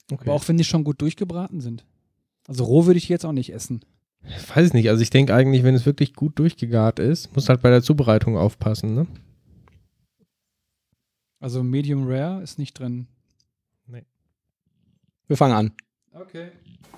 Okay. Aber auch wenn die schon gut durchgebraten sind. Also roh würde ich die jetzt auch nicht essen. Ich weiß nicht, also ich denke eigentlich, wenn es wirklich gut durchgegart ist, muss halt bei der Zubereitung aufpassen, ne? Also Medium Rare ist nicht drin. Wir fangen an. Okay.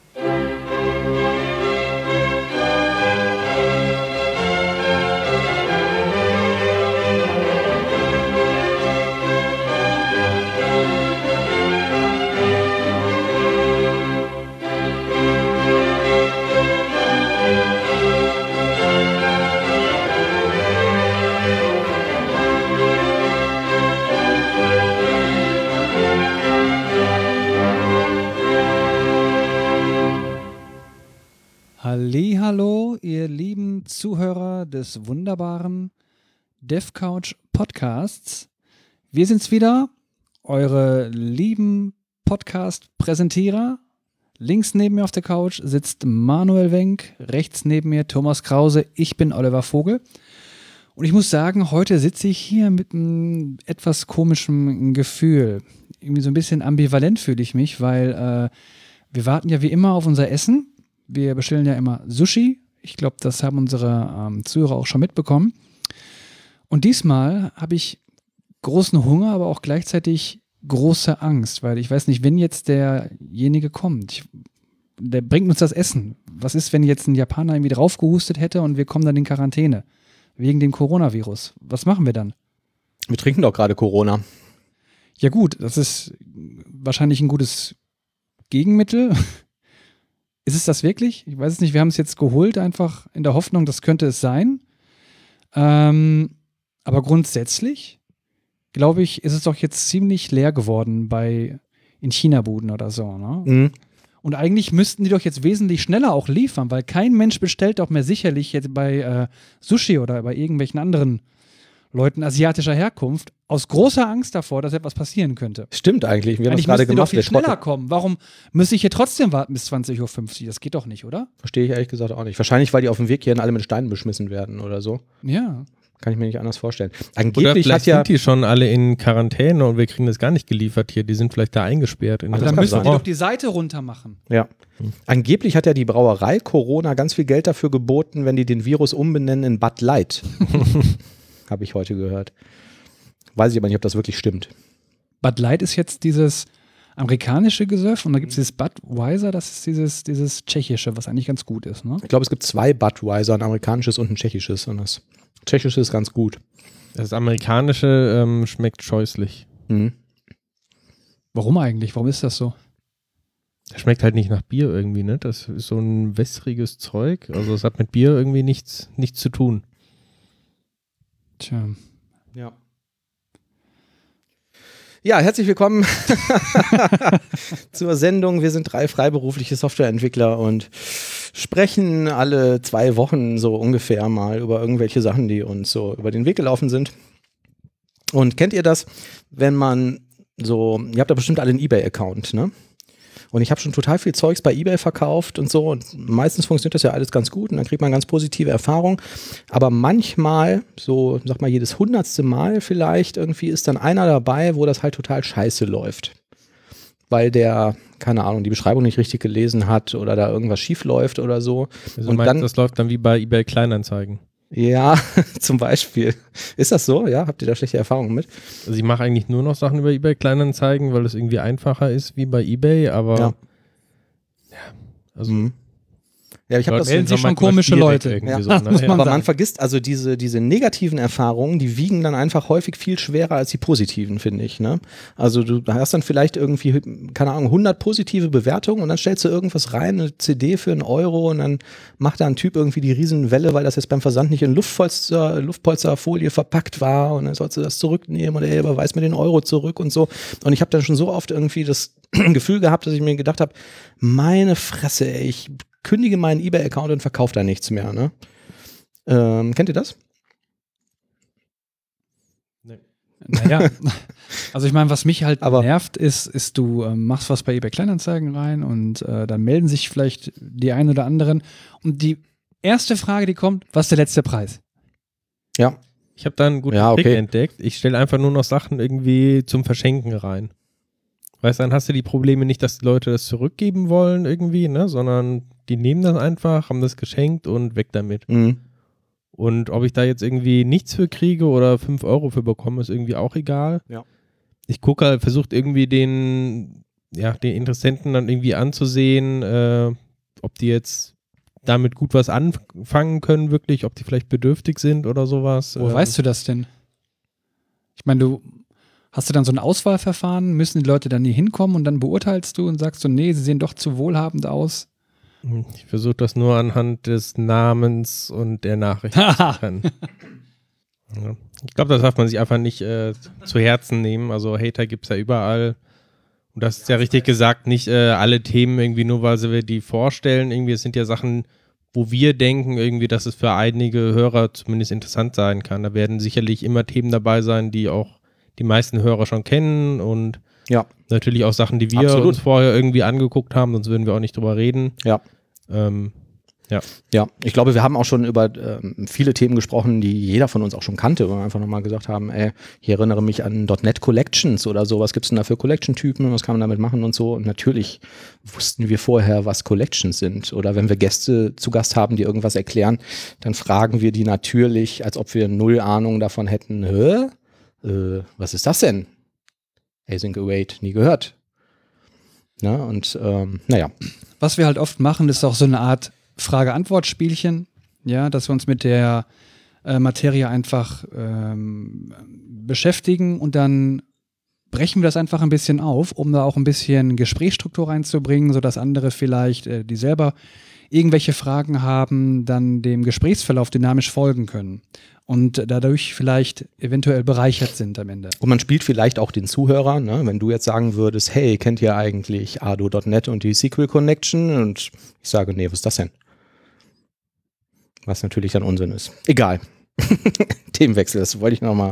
Hallihallo, ihr lieben Zuhörer des wunderbaren DevCouch Podcasts. Wir sind's wieder, eure lieben Podcast-Präsentierer. Links neben mir auf der Couch sitzt Manuel Wenk, rechts neben mir Thomas Krause, ich bin Oliver Vogel. Und ich muss sagen, heute sitze ich hier mit einem etwas komischen Gefühl. Irgendwie so ein bisschen ambivalent fühle ich mich, weil wir warten ja wie immer auf unser Essen. Wir bestellen ja immer Sushi. Ich glaube, das haben unsere Zuhörer auch schon mitbekommen. Und diesmal habe ich großen Hunger, aber auch gleichzeitig große Angst, weil ich weiß nicht, wenn jetzt derjenige kommt, der bringt uns das Essen. Was ist, wenn jetzt ein Japaner irgendwie draufgehustet hätte und wir kommen dann in Quarantäne wegen dem Coronavirus? Was machen wir dann? Wir trinken doch gerade Corona. Ja gut, das ist wahrscheinlich ein gutes Gegenmittel. Ist es das wirklich? Ich weiß es nicht. Wir haben es jetzt geholt, einfach in der Hoffnung, das könnte es sein. Aber grundsätzlich, glaube ich, ist es doch jetzt ziemlich leer geworden in China-Buden oder so. Ne? Mhm. Und eigentlich müssten die doch jetzt wesentlich schneller auch liefern, weil kein Mensch bestellt doch mehr sicherlich jetzt bei Sushi oder bei irgendwelchen anderen Leuten asiatischer Herkunft aus großer Angst davor, dass etwas passieren könnte. Stimmt eigentlich. Wir haben Eigentlich das gerade müssten die doch gemacht. viel schneller kommen. Warum muss ich hier trotzdem warten bis 20.50 Uhr? Das geht doch nicht, oder? Verstehe ich ehrlich gesagt auch nicht. Wahrscheinlich, weil die auf dem Weg hierhin alle mit Steinen beschmissen werden oder so. Ja. Kann ich mir nicht anders vorstellen. Oder Angeblich vielleicht hat ja. sind die schon alle in Quarantäne und wir kriegen das gar nicht geliefert hier. Die sind vielleicht da eingesperrt. Aber das dann kann müssen die sein. doch die Seite runter machen. Ja. Angeblich hat ja die Brauerei Corona ganz viel Geld dafür geboten, wenn die den Virus umbenennen in Bud Light. Habe ich heute gehört. Weiß ich aber nicht, ob das wirklich stimmt. Bud Light ist jetzt dieses amerikanische Gesöff und da gibt es dieses Budweiser, das ist dieses tschechische, was eigentlich ganz gut ist. Ne? Ich glaube, es gibt 2 Budweiser, ein amerikanisches und ein tschechisches. Und das tschechische ist ganz gut. Das amerikanische schmeckt scheußlich. Mhm. Warum eigentlich? Warum ist das so? Das schmeckt halt nicht nach Bier irgendwie, ne? Das ist so ein wässriges Zeug. Also es hat mit Bier irgendwie nichts zu tun. Tja. Ja. Ja, herzlich willkommen zur Sendung. Wir sind 3 freiberufliche Softwareentwickler und sprechen alle 2 Wochen so ungefähr mal über irgendwelche Sachen, die uns so über den Weg gelaufen sind. Und kennt ihr das, wenn man so, ihr habt da bestimmt alle einen eBay-Account, ne? Und ich habe schon total viel Zeugs bei eBay verkauft und so und meistens funktioniert das ja alles ganz gut und dann kriegt man ganz positive Erfahrungen. Aber manchmal, so sag mal jedes 100. Mal vielleicht, irgendwie ist dann einer dabei, wo das halt total scheiße läuft. Weil der, keine Ahnung, die Beschreibung nicht richtig gelesen hat oder da irgendwas schief läuft oder so. Also und meinst, dann, das läuft dann wie bei eBay Kleinanzeigen. ja, zum Beispiel. Ist das so? Ja, habt ihr da schlechte Erfahrungen mit? Also ich mache eigentlich nur noch Sachen über eBay Kleinanzeigen, weil es irgendwie einfacher ist wie bei eBay, aber Ja. Also Ja, ich habe das melden sich schon manchmal komische schwierig Leute. irgendwie Ja, so, ne? muss man aber sagen. man vergisst also diese negativen Erfahrungen, die wiegen dann einfach häufig viel schwerer als die positiven, finde ich. Ne? Also du hast dann vielleicht irgendwie, keine Ahnung, 100 positive Bewertungen und dann stellst du irgendwas rein, eine CD für €1 und dann macht da ein Typ irgendwie die Riesenwelle, weil das jetzt beim Versand nicht in Luftpolsterfolie verpackt war und dann sollst du das zurücknehmen oder er überweist mir den Euro zurück und so. Und ich habe dann schon so oft irgendwie das Gefühl gehabt, dass ich mir gedacht habe, meine Fresse, ey, ich kündige meinen eBay-Account und verkaufe da nichts mehr. Ne? Kennt ihr das? Naja, also ich meine, was mich halt Aber- nervt, ist du machst was bei eBay Kleinanzeigen rein und dann melden sich vielleicht die einen oder anderen und die erste Frage, die kommt, was ist der letzte Preis? Ja. Ich habe da einen guten Ja, Trick okay. entdeckt. Ich stelle einfach nur noch Sachen irgendwie zum Verschenken rein. Weißt du, dann hast du die Probleme nicht, dass die Leute das zurückgeben wollen irgendwie, ne, sondern die nehmen das einfach, haben das geschenkt und weg damit. Mhm. Und ob ich da jetzt irgendwie nichts für kriege oder 5 Euro für bekomme, ist irgendwie auch egal. Ja. Ich gucke halt, versucht irgendwie den Interessenten dann irgendwie anzusehen, ob die jetzt damit gut was anfangen können wirklich, ob die vielleicht bedürftig sind oder sowas. Wo weißt du das denn? Ich meine, hast du dann so ein Auswahlverfahren? Müssen die Leute dann hier hinkommen und dann beurteilst du und sagst so, nee, sie sehen doch zu wohlhabend aus? Ich versuche das nur anhand des Namens und der Nachricht zu trennen. Ja. Ich glaube, das darf man sich einfach nicht zu Herzen nehmen. Also Hater gibt es ja überall. Und das ist ja richtig gesagt, nicht alle Themen irgendwie nur, weil wir die vorstellen. Irgendwie, es sind ja Sachen, wo wir denken irgendwie, dass es für einige Hörer zumindest interessant sein kann. Da werden sicherlich immer Themen dabei sein, die auch die meisten Hörer schon kennen und natürlich auch Sachen, die wir uns vorher irgendwie angeguckt haben, sonst würden wir auch nicht drüber reden. Ja. Ja, ich glaube, wir haben auch schon über viele Themen gesprochen, die jeder von uns auch schon kannte, wo wir einfach nochmal gesagt haben, ich erinnere mich an .NET Collections oder so, was gibt es denn da für Collection-Typen und was kann man damit machen und so. Und natürlich wussten wir vorher, was Collections sind. Oder wenn wir Gäste zu Gast haben, die irgendwas erklären, dann fragen wir die natürlich, als ob wir null Ahnung davon hätten, was ist das denn? Async Await, nie gehört. Na, und naja. Was wir halt oft machen, ist auch so eine Art Frage-Antwort-Spielchen, ja, dass wir uns mit der Materie einfach beschäftigen und dann brechen wir das einfach ein bisschen auf, um da auch ein bisschen Gesprächsstruktur reinzubringen, sodass andere vielleicht, die selber irgendwelche Fragen haben, dann dem Gesprächsverlauf dynamisch folgen können und dadurch vielleicht eventuell bereichert sind am Ende. Und man spielt vielleicht auch den Zuhörer, ne? Wenn du jetzt sagen würdest, hey, kennt ihr eigentlich Ado.NET und die SQL Connection? Und ich sage, nee, was ist das denn? Was natürlich dann Unsinn ist. Egal. Themenwechsel, das wollte ich nochmal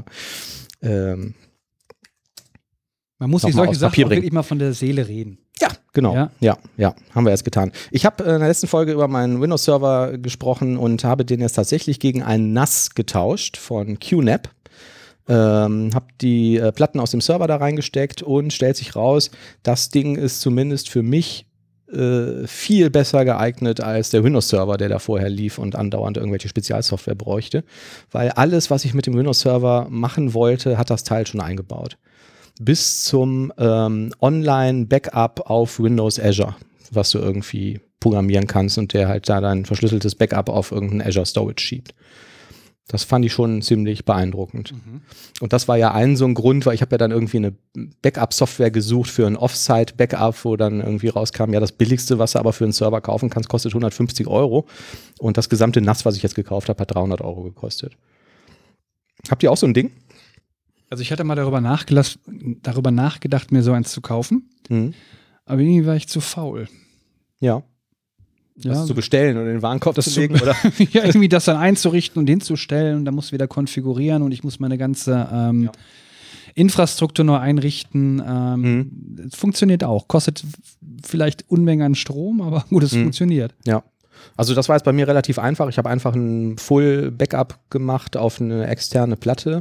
man muss sich solche Sachen auch wirklich mal von der Seele reden. Ja, genau. Ja, haben wir erst getan. Ich habe in der letzten Folge über meinen Windows-Server gesprochen und habe den jetzt tatsächlich gegen einen NAS getauscht von QNAP. Habe die Platten aus dem Server da reingesteckt und stellt sich raus, das Ding ist zumindest für mich viel besser geeignet als der Windows-Server, der da vorher lief und andauernd irgendwelche Spezialsoftware bräuchte. Weil alles, was ich mit dem Windows-Server machen wollte, hat das Teil schon eingebaut. Bis zum Online-Backup auf Windows Azure, was du irgendwie programmieren kannst und der halt da dein verschlüsseltes Backup auf irgendeinen Azure Storage schiebt. Das fand ich schon ziemlich beeindruckend. Mhm. Und das war ja so ein Grund, weil ich habe ja dann irgendwie eine Backup-Software gesucht für ein Offsite-Backup, wo dann irgendwie rauskam, ja, das billigste, was du aber für einen Server kaufen kannst, kostet 150 €. Und das gesamte NAS, was ich jetzt gekauft habe, hat 300 € gekostet. Habt ihr auch so ein Ding? Also ich hatte mal darüber nachgedacht, mir so eins zu kaufen. Mhm. Aber irgendwie war ich zu faul. Ja. Das zu bestellen oder in den Warenkorb zu legen? Oder? Ja, irgendwie das dann einzurichten und hinzustellen. Und dann muss wieder konfigurieren und ich muss meine ganze Infrastruktur neu einrichten. Es funktioniert auch. Kostet vielleicht Unmengen an Strom, aber gut, es funktioniert. Ja. Also das war jetzt bei mir relativ einfach. Ich habe einfach ein Full-Backup gemacht auf eine externe Platte.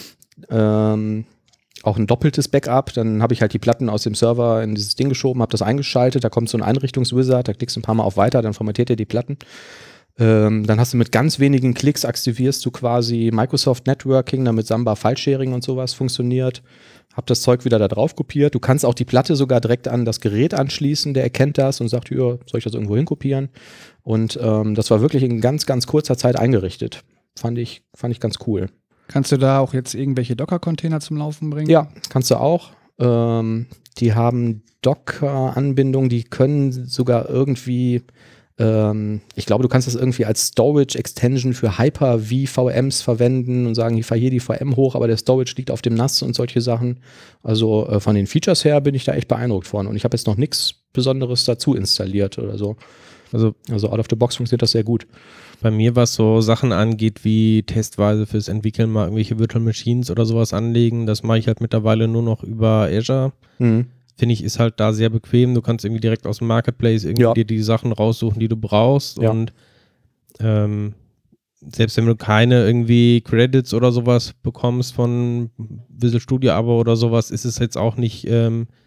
Auch ein doppeltes Backup, dann habe ich halt die Platten aus dem Server in dieses Ding geschoben, habe das eingeschaltet, da kommt so ein Einrichtungswizard, da klickst du ein paar Mal auf Weiter, dann formatiert er die Platten. Dann hast du mit ganz wenigen Klicks aktivierst du quasi Microsoft Networking, damit Samba File-Sharing und sowas funktioniert. Hab das Zeug wieder da drauf kopiert. Du kannst auch die Platte sogar direkt an das Gerät anschließen, der erkennt das und sagt, ja, soll ich das irgendwo hinkopieren? Und das war wirklich in ganz, ganz kurzer Zeit eingerichtet. Fand ich ganz cool. Kannst du da auch jetzt irgendwelche Docker-Container zum Laufen bringen? Ja, kannst du auch. Die haben Docker-Anbindungen, die können sogar irgendwie, ich glaube, du kannst das irgendwie als Storage-Extension für Hyper-V-VMs verwenden und sagen, ich fahre hier die VM hoch, aber der Storage liegt auf dem NAS und solche Sachen. Also von den Features her bin ich da echt beeindruckt von. Und ich habe jetzt noch nichts Besonderes dazu installiert oder so. Also out of the box funktioniert das sehr gut. Bei mir, was so Sachen angeht, wie testweise fürs Entwickeln mal irgendwelche Virtual Machines oder sowas anlegen, das mache ich halt mittlerweile nur noch über Azure. Finde ich, ist halt da sehr bequem. Du kannst irgendwie direkt aus dem Marketplace irgendwie dir die Sachen raussuchen, die du brauchst. Ja. Und selbst wenn du keine irgendwie Credits oder sowas bekommst von Visual Studio Abo oder sowas, ist es jetzt auch nicht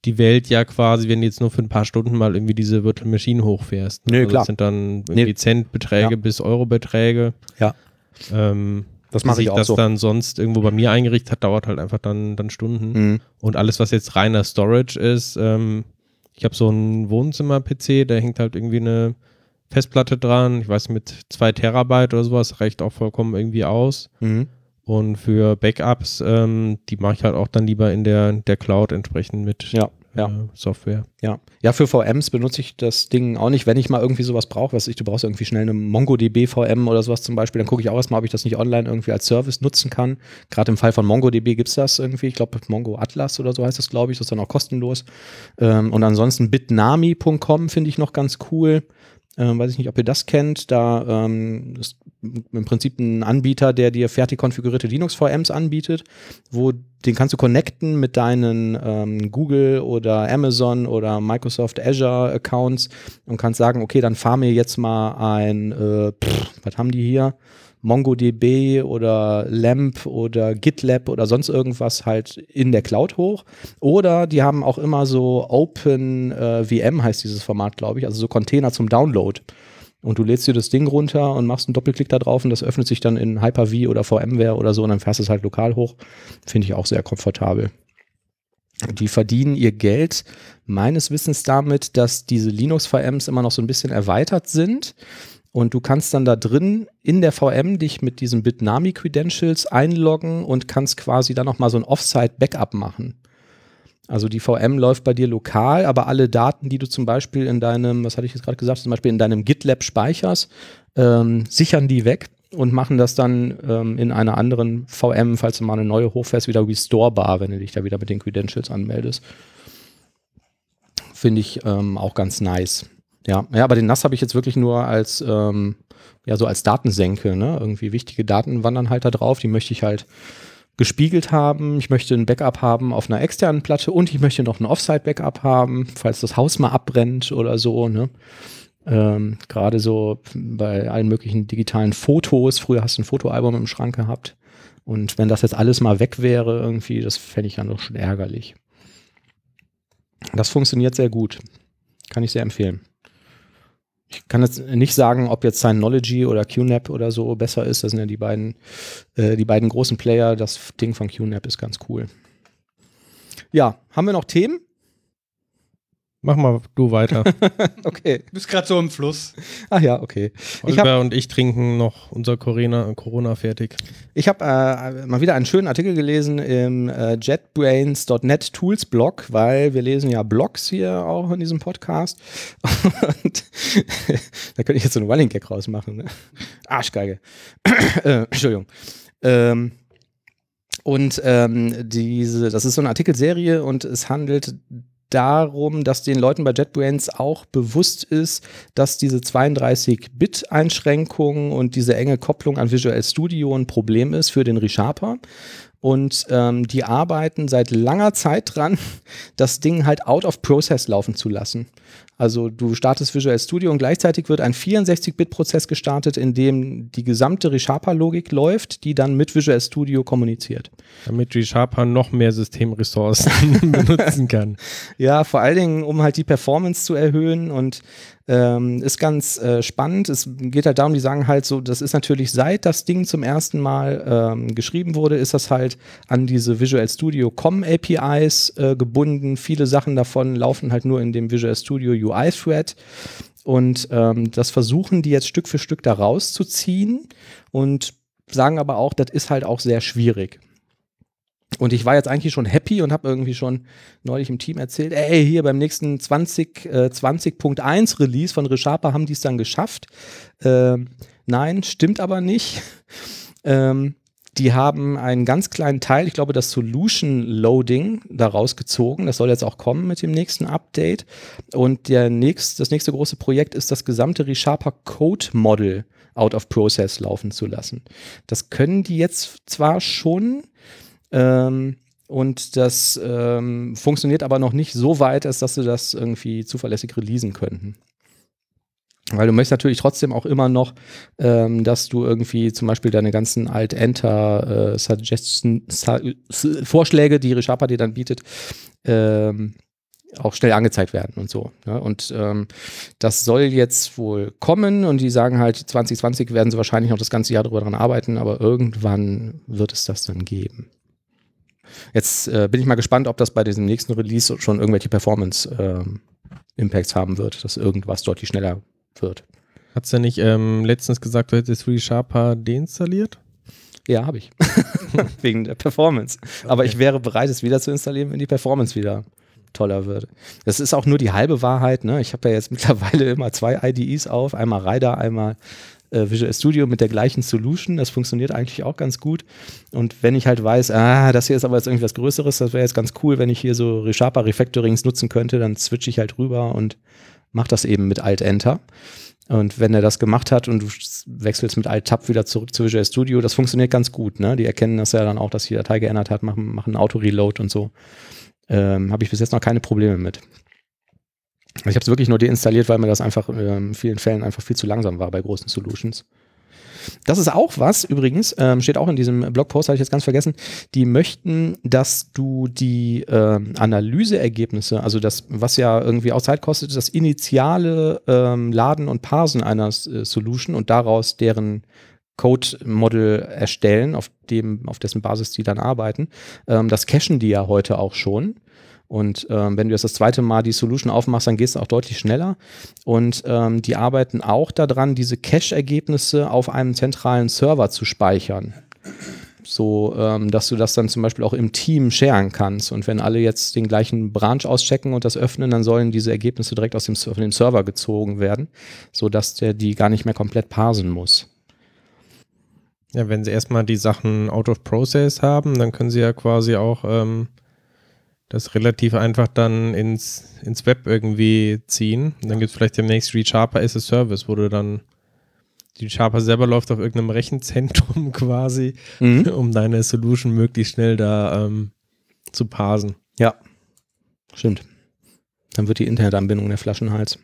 die Welt ja quasi, wenn du jetzt nur für ein paar Stunden mal irgendwie diese Virtual Machine hochfährst. Nee, also klar. Das sind dann irgendwie Centbeträge bis Eurobeträge. Ja. Das mache ich auch das so. dann sonst irgendwo bei mir eingerichtet hat, dauert halt einfach dann Stunden. Und alles, was jetzt reiner Storage ist, ich habe so einen Wohnzimmer-PC, da hängt halt irgendwie eine Festplatte dran, ich weiß nicht, mit 2 Terabyte oder sowas, reicht auch vollkommen irgendwie aus. Und für Backups, die mache ich halt auch dann lieber in der Cloud entsprechend mit Software. Ja, für VMs benutze ich das Ding auch nicht, wenn ich mal irgendwie sowas brauche, du brauchst irgendwie schnell eine MongoDB VM oder sowas zum Beispiel, dann gucke ich auch erstmal, ob ich das nicht online irgendwie als Service nutzen kann. Gerade im Fall von MongoDB gibt es das irgendwie, ich glaube Mongo Atlas oder so heißt das, glaube ich, das ist dann auch kostenlos. Und ansonsten bitnami.com finde ich noch ganz cool. Weiß ich nicht, ob ihr das kennt. Da ist im Prinzip ein Anbieter, der dir fertig konfigurierte Linux-VMs anbietet, den kannst du connecten mit deinen Google oder Amazon oder Microsoft Azure Accounts und kannst sagen, okay, dann fahr mir jetzt mal ein, was haben die hier? MongoDB oder LAMP oder GitLab oder sonst irgendwas halt in der Cloud hoch. Oder die haben auch immer so Open VM heißt dieses Format, glaube ich, also so Container zum Download. Und du lädst dir das Ding runter und machst einen Doppelklick da drauf und das öffnet sich dann in Hyper-V oder VMware oder so und dann fährst du es halt lokal hoch. Finde ich auch sehr komfortabel. Die verdienen ihr Geld meines Wissens damit, dass diese Linux-VMs immer noch so ein bisschen erweitert sind. Und du kannst dann da drin in der VM dich mit diesen Bitnami-Credentials einloggen und kannst quasi dann nochmal so ein Offsite-Backup machen. Also die VM läuft bei dir lokal, aber alle Daten, die du zum Beispiel in deinem, was hatte ich jetzt gerade gesagt, zum Beispiel in deinem GitLab speicherst, sichern die weg und machen das dann in einer anderen VM, falls du mal eine neue hochfährst, wieder restorebar, wenn du dich da wieder mit den Credentials anmeldest. Finde ich auch ganz nice. Ja, aber den NAS habe ich jetzt wirklich nur als, so als Datensenke, ne? Irgendwie wichtige Daten wandern halt da drauf, die möchte ich halt gespiegelt haben. Ich möchte ein Backup haben auf einer externen Platte und ich möchte noch ein Offsite-Backup haben, falls das Haus mal abbrennt oder so, ne? Gerade so bei allen möglichen digitalen Fotos. Früher hast du ein Fotoalbum im Schrank gehabt und wenn das jetzt alles mal weg wäre irgendwie, das fände ich dann doch schon ärgerlich. Das funktioniert sehr gut. Kann ich sehr empfehlen. Ich kann jetzt nicht sagen, ob jetzt Synology oder QNAP oder so besser ist. Das sind ja die beiden großen Player. Das Ding von QNAP ist ganz cool. Ja, haben wir noch Themen? Mach mal du weiter. Okay. Du bist gerade so im Fluss. Ach ja, okay. Oliver und ich trinken noch unser Corona fertig. Ich habe mal wieder einen schönen Artikel gelesen im JetBrains.net Tools Blog, weil wir lesen ja Blogs hier auch in diesem Podcast. Und da könnte ich jetzt so einen Running Gag rausmachen. Ne? Arschgeige. Entschuldigung. Das ist so eine Artikelserie und es handelt darum, dass den Leuten bei JetBrains auch bewusst ist, dass diese 32-Bit-Einschränkung und diese enge Kopplung an Visual Studio ein Problem ist für den ReSharper. Und die arbeiten seit langer Zeit dran, das Ding halt out of process laufen zu lassen. Also du startest Visual Studio und gleichzeitig wird ein 64-Bit-Prozess gestartet, in dem die gesamte ReSharper-Logik läuft, die dann mit Visual Studio kommuniziert. Damit ReSharper noch mehr Systemressourcen benutzen kann. Ja, vor allen Dingen, um halt die Performance zu erhöhen und ist ganz spannend. Es geht halt darum, die sagen halt so, das ist natürlich seit das Ding zum ersten Mal geschrieben wurde, ist das halt an diese Visual Studio COM APIs gebunden. Viele Sachen davon laufen halt nur in dem Visual Studio UI Thread. Und das versuchen die jetzt Stück für Stück da rauszuziehen und sagen aber auch, das ist halt auch sehr schwierig. Und ich war jetzt eigentlich schon happy und habe irgendwie schon neulich im Team erzählt, ey, hier beim nächsten 20.1 Release von ReSharper haben die es dann geschafft. Nein, stimmt aber nicht. Die haben einen ganz kleinen Teil, ich glaube das Solution Loading, da rausgezogen. Das soll jetzt auch kommen mit dem nächsten Update. Und das nächste große Projekt ist, das gesamte ReSharper Code Model out of process laufen zu lassen. Das können die jetzt zwar schon, und das funktioniert aber noch nicht so weit, als dass sie das irgendwie zuverlässig releasen könnten. Weil du möchtest natürlich trotzdem auch immer noch, dass du irgendwie zum Beispiel deine ganzen Alt-Enter-Vorschläge, die ReSharper dir dann bietet, auch schnell angezeigt werden und so. Ja? Und das soll jetzt wohl kommen und die sagen halt, 2020 werden sie wahrscheinlich noch das ganze Jahr dran arbeiten, aber irgendwann wird es das dann geben. Jetzt bin ich mal gespannt, ob das bei diesem nächsten Release schon irgendwelche Performance-Impacts haben wird, dass irgendwas deutlich schneller wird. Hat's ja nicht letztens gesagt, du hättest ReSharper deinstalliert? Ja, habe ich. Wegen der Performance. Okay. Aber ich wäre bereit, es wieder zu installieren, wenn die Performance wieder toller wird. Das ist auch nur die halbe Wahrheit. Ne? Ich habe ja jetzt mittlerweile immer 2 IDEs auf. Einmal Rider, einmal Visual Studio mit der gleichen Solution. Das funktioniert eigentlich auch ganz gut. Und wenn ich halt weiß, das hier ist aber jetzt irgendwie was Größeres, das wäre jetzt ganz cool, wenn ich hier so ReSharper Refactorings nutzen könnte, dann switche ich halt rüber und mache das eben mit Alt-Enter. Und wenn er das gemacht hat und du wechselst mit Alt-Tab wieder zurück zu Visual Studio, das funktioniert ganz gut. Ne? Die erkennen das ja dann auch, dass die Datei geändert hat, machen einen Auto-Reload und so. Habe ich bis jetzt noch keine Probleme mit. Also ich habe es wirklich nur deinstalliert, weil mir das einfach in vielen Fällen einfach viel zu langsam war bei großen Solutions. Das ist auch was, übrigens, steht auch in diesem Blogpost, habe ich jetzt ganz vergessen, die möchten, dass du die Analyseergebnisse, also das, was ja irgendwie auch Zeit kostet, das initiale Laden und Parsen einer Solution und daraus deren Code-Model erstellen, auf dessen Basis die dann arbeiten. Das cachen die ja heute auch schon. Und wenn du jetzt das zweite Mal die Solution aufmachst, dann gehst du auch deutlich schneller. Und die arbeiten auch daran, diese Cache-Ergebnisse auf einem zentralen Server zu speichern. So, dass du das dann zum Beispiel auch im Team sharen kannst. Und wenn alle jetzt den gleichen Branch auschecken und das öffnen, dann sollen diese Ergebnisse direkt von dem Server gezogen werden, sodass der die gar nicht mehr komplett parsen muss. Ja, wenn sie erstmal die Sachen out of process haben, dann können sie ja quasi auch das relativ einfach dann ins Web irgendwie ziehen. Und dann gibt es vielleicht demnächst ReSharper as a Service, wo du dann die ReSharper selber läuft auf irgendeinem Rechenzentrum quasi, um deine Solution möglichst schnell da zu parsen. Ja, stimmt. Dann wird die Internetanbindung der Flaschenhals.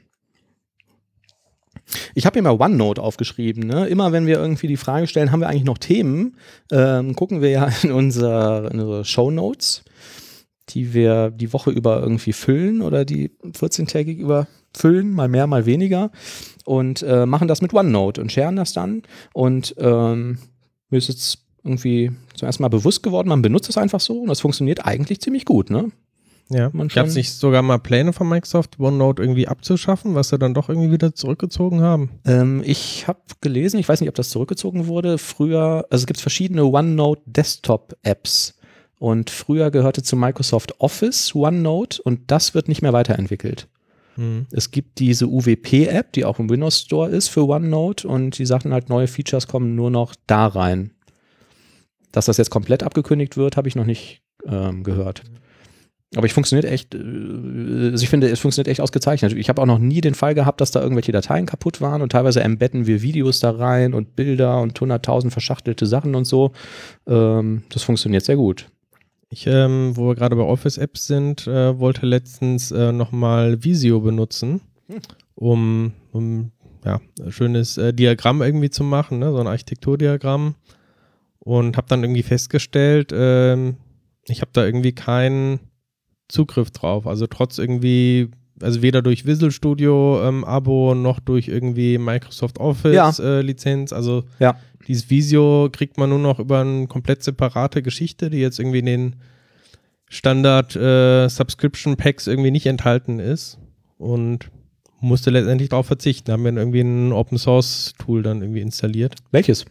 Ich habe hier mal OneNote aufgeschrieben. Ne? Immer wenn wir irgendwie die Frage stellen, haben wir eigentlich noch Themen, gucken wir ja in unsere Shownotes, die wir die Woche über irgendwie füllen oder die 14-tägig über füllen, mal mehr, mal weniger und machen das mit OneNote und sharen das dann und mir ist jetzt irgendwie zum ersten Mal bewusst geworden, man benutzt es einfach so und das funktioniert eigentlich ziemlich gut, ne? Ja, gab es nicht sogar mal Pläne von Microsoft, OneNote irgendwie abzuschaffen, was sie dann doch irgendwie wieder zurückgezogen haben? Ich habe gelesen, ich weiß nicht, ob das zurückgezogen wurde, früher, also es gibt verschiedene OneNote Desktop-Apps und früher gehörte zu Microsoft Office OneNote und das wird nicht mehr weiterentwickelt. Es gibt diese UWP-App, die auch im Windows Store ist für OneNote und die sagten halt, neue Features kommen nur noch da rein. Dass das jetzt komplett abgekündigt wird, habe ich noch nicht gehört. Aber ich finde, es funktioniert echt ausgezeichnet. Ich habe auch noch nie den Fall gehabt, dass da irgendwelche Dateien kaputt waren und teilweise embedden wir Videos da rein und Bilder und 100.000 verschachtelte Sachen und so. Das funktioniert sehr gut. Ich, wo wir gerade bei Office-Apps sind, wollte letztens nochmal Visio benutzen, um ja, ein schönes Diagramm irgendwie zu machen, ne? So ein Architekturdiagramm. Und habe dann irgendwie festgestellt, ich habe da irgendwie keinen Zugriff drauf. Also trotz irgendwie, also weder durch Visual Studio Abo noch durch irgendwie Microsoft Office Lizenz. Also dieses Visio kriegt man nur noch über eine komplett separate Geschichte, die jetzt irgendwie in den Standard Subscription Packs irgendwie nicht enthalten ist und musste letztendlich darauf verzichten. Da haben wir dann irgendwie ein Open Source Tool dann irgendwie installiert. Welches?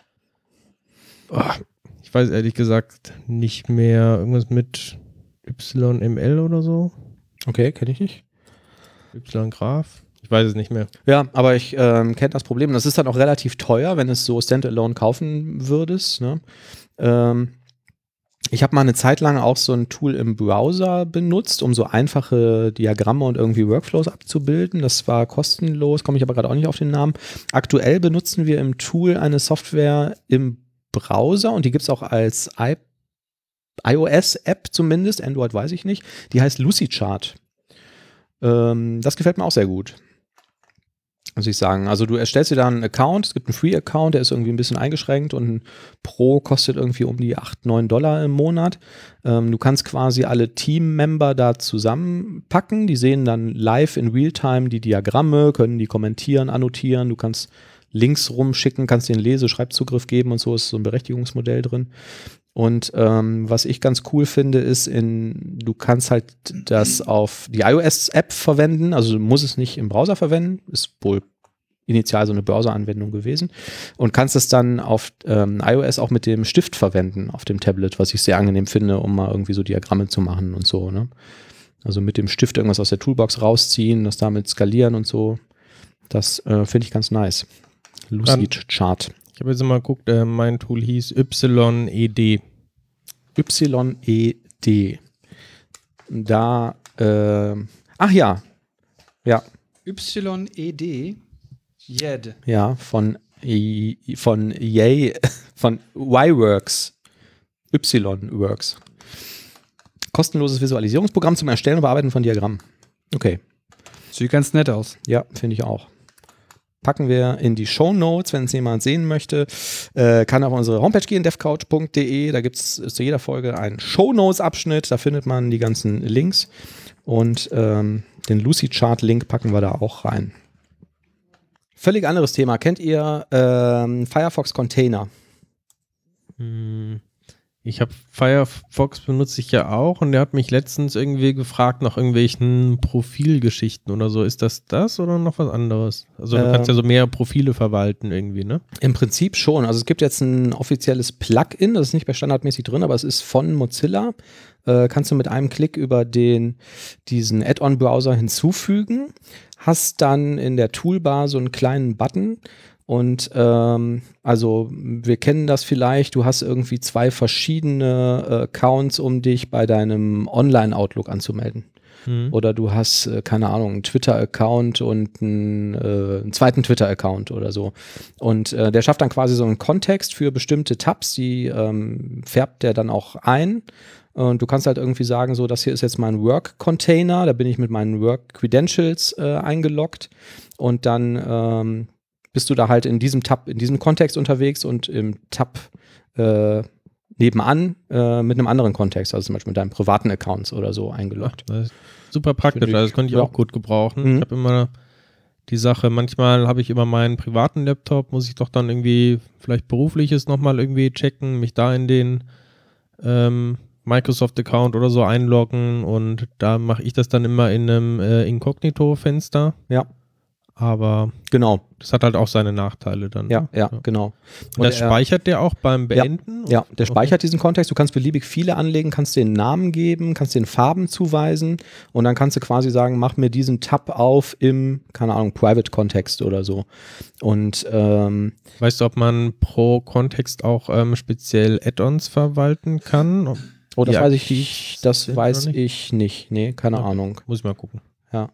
Ich weiß ehrlich gesagt nicht mehr. Irgendwas mit YML oder so. Okay, kenne ich nicht. Y-Graph. Ich weiß es nicht mehr. Ja, aber ich kenne das Problem. Das ist dann auch relativ teuer, wenn es so standalone kaufen würdest. Ne? Ich habe mal eine Zeit lang auch so ein Tool im Browser benutzt, um so einfache Diagramme und irgendwie Workflows abzubilden. Das war kostenlos, komme ich aber gerade auch nicht auf den Namen. Aktuell benutzen wir im Tool eine Software im Browser und die gibt es auch als iOS-App zumindest, Android weiß ich nicht. Die heißt Lucidchart. Das gefällt mir auch sehr gut. muss ich sagen. Also du erstellst dir da einen Account, es gibt einen Free-Account, der ist irgendwie ein bisschen eingeschränkt und ein Pro kostet irgendwie um die $8-9 im Monat. Du kannst quasi alle Team-Member da zusammenpacken, die sehen dann live in Realtime die Diagramme, können die kommentieren, annotieren, du kannst Links rumschicken, kannst den Lese-Schreibzugriff geben und so, ist so ein Berechtigungsmodell drin. Und was ich ganz cool finde, ist, du kannst halt das auf die iOS-App verwenden, also du musst es nicht im Browser verwenden, ist wohl initial so eine Browser-Anwendung gewesen und kannst es dann auf iOS auch mit dem Stift verwenden, auf dem Tablet, was ich sehr angenehm finde, um mal irgendwie so Diagramme zu machen und so, ne? Also mit dem Stift irgendwas aus der Toolbox rausziehen, das damit skalieren und so, das finde ich ganz nice. Lucid Chart. Ich habe jetzt mal geguckt, mein Tool hieß YED. YED. Da, ach ja. Ja. YED. YED. Ja, von Yay, von Y-Works. Y-Works. Kostenloses Visualisierungsprogramm zum Erstellen und Bearbeiten von Diagrammen. Okay. Sieht ganz nett aus. Ja, finde ich auch. Packen wir in die Shownotes, wenn es jemand sehen möchte. Kann auf unsere Homepage gehen, devcouch.de. Da gibt es zu jeder Folge einen Shownotes-Abschnitt. Da findet man die ganzen Links. Und den Lucidchart-Link packen wir da auch rein. Völlig anderes Thema. Kennt ihr Firefox Container? Ich habe Firefox benutze ich ja auch und der hat mich letztens irgendwie gefragt nach irgendwelchen Profilgeschichten oder so. Ist das oder noch was anderes? Also du kannst ja so mehr Profile verwalten irgendwie, ne? Im Prinzip schon. Also es gibt jetzt ein offizielles Plugin, das ist nicht mehr standardmäßig drin, aber es ist von Mozilla. Kannst du mit einem Klick über diesen Add-on-Browser hinzufügen, hast dann in der Toolbar so einen kleinen Button. Und also wir kennen das vielleicht, du hast irgendwie 2 verschiedene Accounts, um dich bei deinem Online-Outlook anzumelden. Oder du hast, keine Ahnung, einen Twitter-Account und einen zweiten Twitter-Account oder so. Und der schafft dann quasi so einen Kontext für bestimmte Tabs, die färbt der dann auch ein. Und du kannst halt irgendwie sagen, so, das hier ist jetzt mein Work-Container, da bin ich mit meinen Work-Credentials eingeloggt und dann bist du da halt in diesem Tab, in diesem Kontext unterwegs und im Tab nebenan mit einem anderen Kontext, also zum Beispiel mit deinem privaten Accounts oder so eingeloggt. Ja, das ist super praktisch, also das konnte ich auch gut gebrauchen. Ich habe immer die Sache, manchmal habe ich immer meinen privaten Laptop, muss ich doch dann irgendwie vielleicht berufliches nochmal irgendwie checken, mich da in den Microsoft-Account oder so einloggen und da mache ich das dann immer in einem Inkognito-Fenster. Ja. Aber genau, das hat halt auch seine Nachteile dann. Ja, genau. Und das speichert der auch beim Beenden? Ja, der speichert diesen Kontext. Du kannst beliebig viele anlegen, kannst den Namen geben, kannst den Farben zuweisen und dann kannst du quasi sagen, mach mir diesen Tab auf im, keine Ahnung, Private-Kontext oder so. Und weißt du, ob man pro Kontext auch speziell Add-ons verwalten kann? Oh, das weiß ich nicht. Nee, keine Ahnung. Muss ich mal gucken. Ja.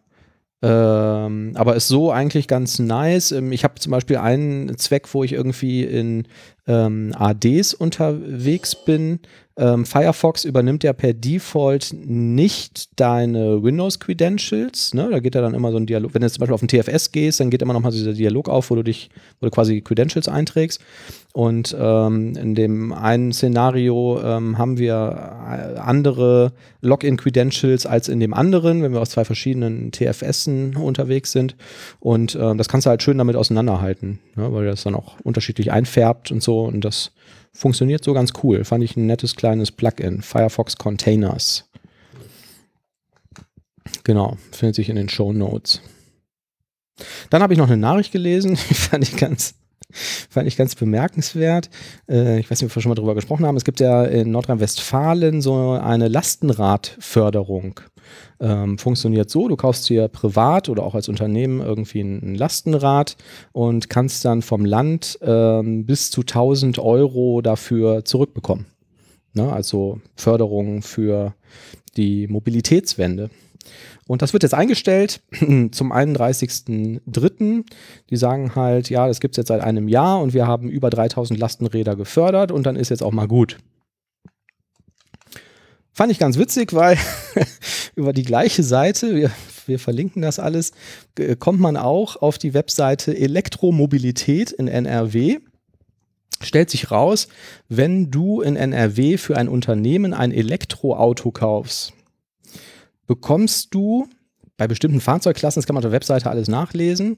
Aber ist so eigentlich ganz nice. Ich habe zum Beispiel einen Zweck, wo ich irgendwie in ADs unterwegs bin. Firefox übernimmt ja per Default nicht deine Windows-Credentials. Ne? Da geht ja dann immer so ein Dialog. Wenn du zum Beispiel auf den TFS gehst, dann geht immer nochmal dieser Dialog auf, wo du quasi Credentials einträgst. Und in dem einen Szenario haben wir andere Login-Credentials als in dem anderen, wenn wir aus 2 verschiedenen TFSen unterwegs sind. Und das kannst du halt schön damit auseinanderhalten, ne? Weil das dann auch unterschiedlich einfärbt und so. Und das funktioniert so ganz cool. Fand ich ein nettes kleines Plugin. Firefox Containers. Genau, findet sich in den Shownotes. Dann habe ich noch eine Nachricht gelesen, die fand ich ganz bemerkenswert. Ich weiß nicht, ob wir schon mal drüber gesprochen haben. Es gibt ja in Nordrhein-Westfalen so eine Lastenradförderung. Funktioniert so, du kaufst dir privat oder auch als Unternehmen irgendwie ein Lastenrad und kannst dann vom Land bis zu 1.000 € dafür zurückbekommen. Ne? Also Förderung für die Mobilitätswende. Und das wird jetzt eingestellt zum 31.03. Die sagen halt, ja, das gibt es jetzt seit einem Jahr und wir haben über 3.000 Lastenräder gefördert und dann ist jetzt auch mal gut. Fand ich ganz witzig, weil über die gleiche Seite, wir wir verlinken das alles, kommt man auch auf die Webseite Elektromobilität in NRW. Stellt sich raus, wenn du in NRW für ein Unternehmen ein Elektroauto kaufst, bekommst du bei bestimmten Fahrzeugklassen, das kann man auf der Webseite alles nachlesen,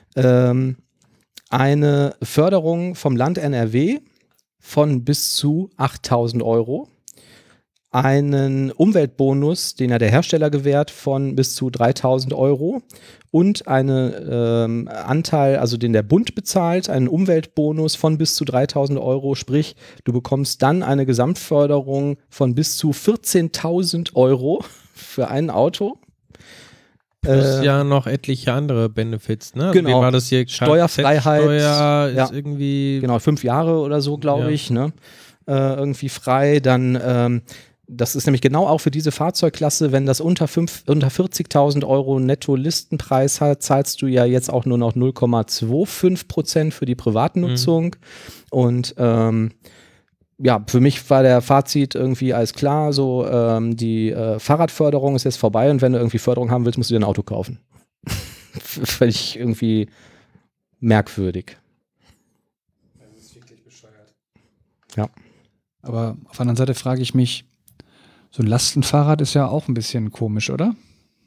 eine Förderung vom Land NRW von bis zu 8.000 €, einen Umweltbonus, den ja der Hersteller gewährt, von bis zu 3.000 € und einen Anteil, also den der Bund bezahlt, einen Umweltbonus von bis zu 3.000 €, sprich, du bekommst dann eine Gesamtförderung von bis zu 14.000 € für ein Auto. Plus ja noch etliche andere Benefits, ne? Genau. Wie war das hier? Steuerfreiheit. Steuer ist Ja. irgendwie. Genau, 5 Jahre oder so, glaube ich, ne? Irgendwie frei. Dann, das ist nämlich genau auch für diese Fahrzeugklasse, wenn das unter 40.000 € Netto-Listenpreis hat, zahlst du ja jetzt auch nur noch 0,25% für die Privatnutzung. Und ja, für mich war der Fazit irgendwie alles klar, so die Fahrradförderung ist jetzt vorbei und wenn du irgendwie Förderung haben willst, musst du dir ein Auto kaufen. Völlig irgendwie merkwürdig. Das ist wirklich bescheuert. Ja. Aber auf der anderen Seite frage ich mich, so ein Lastenfahrrad ist ja auch ein bisschen komisch, oder?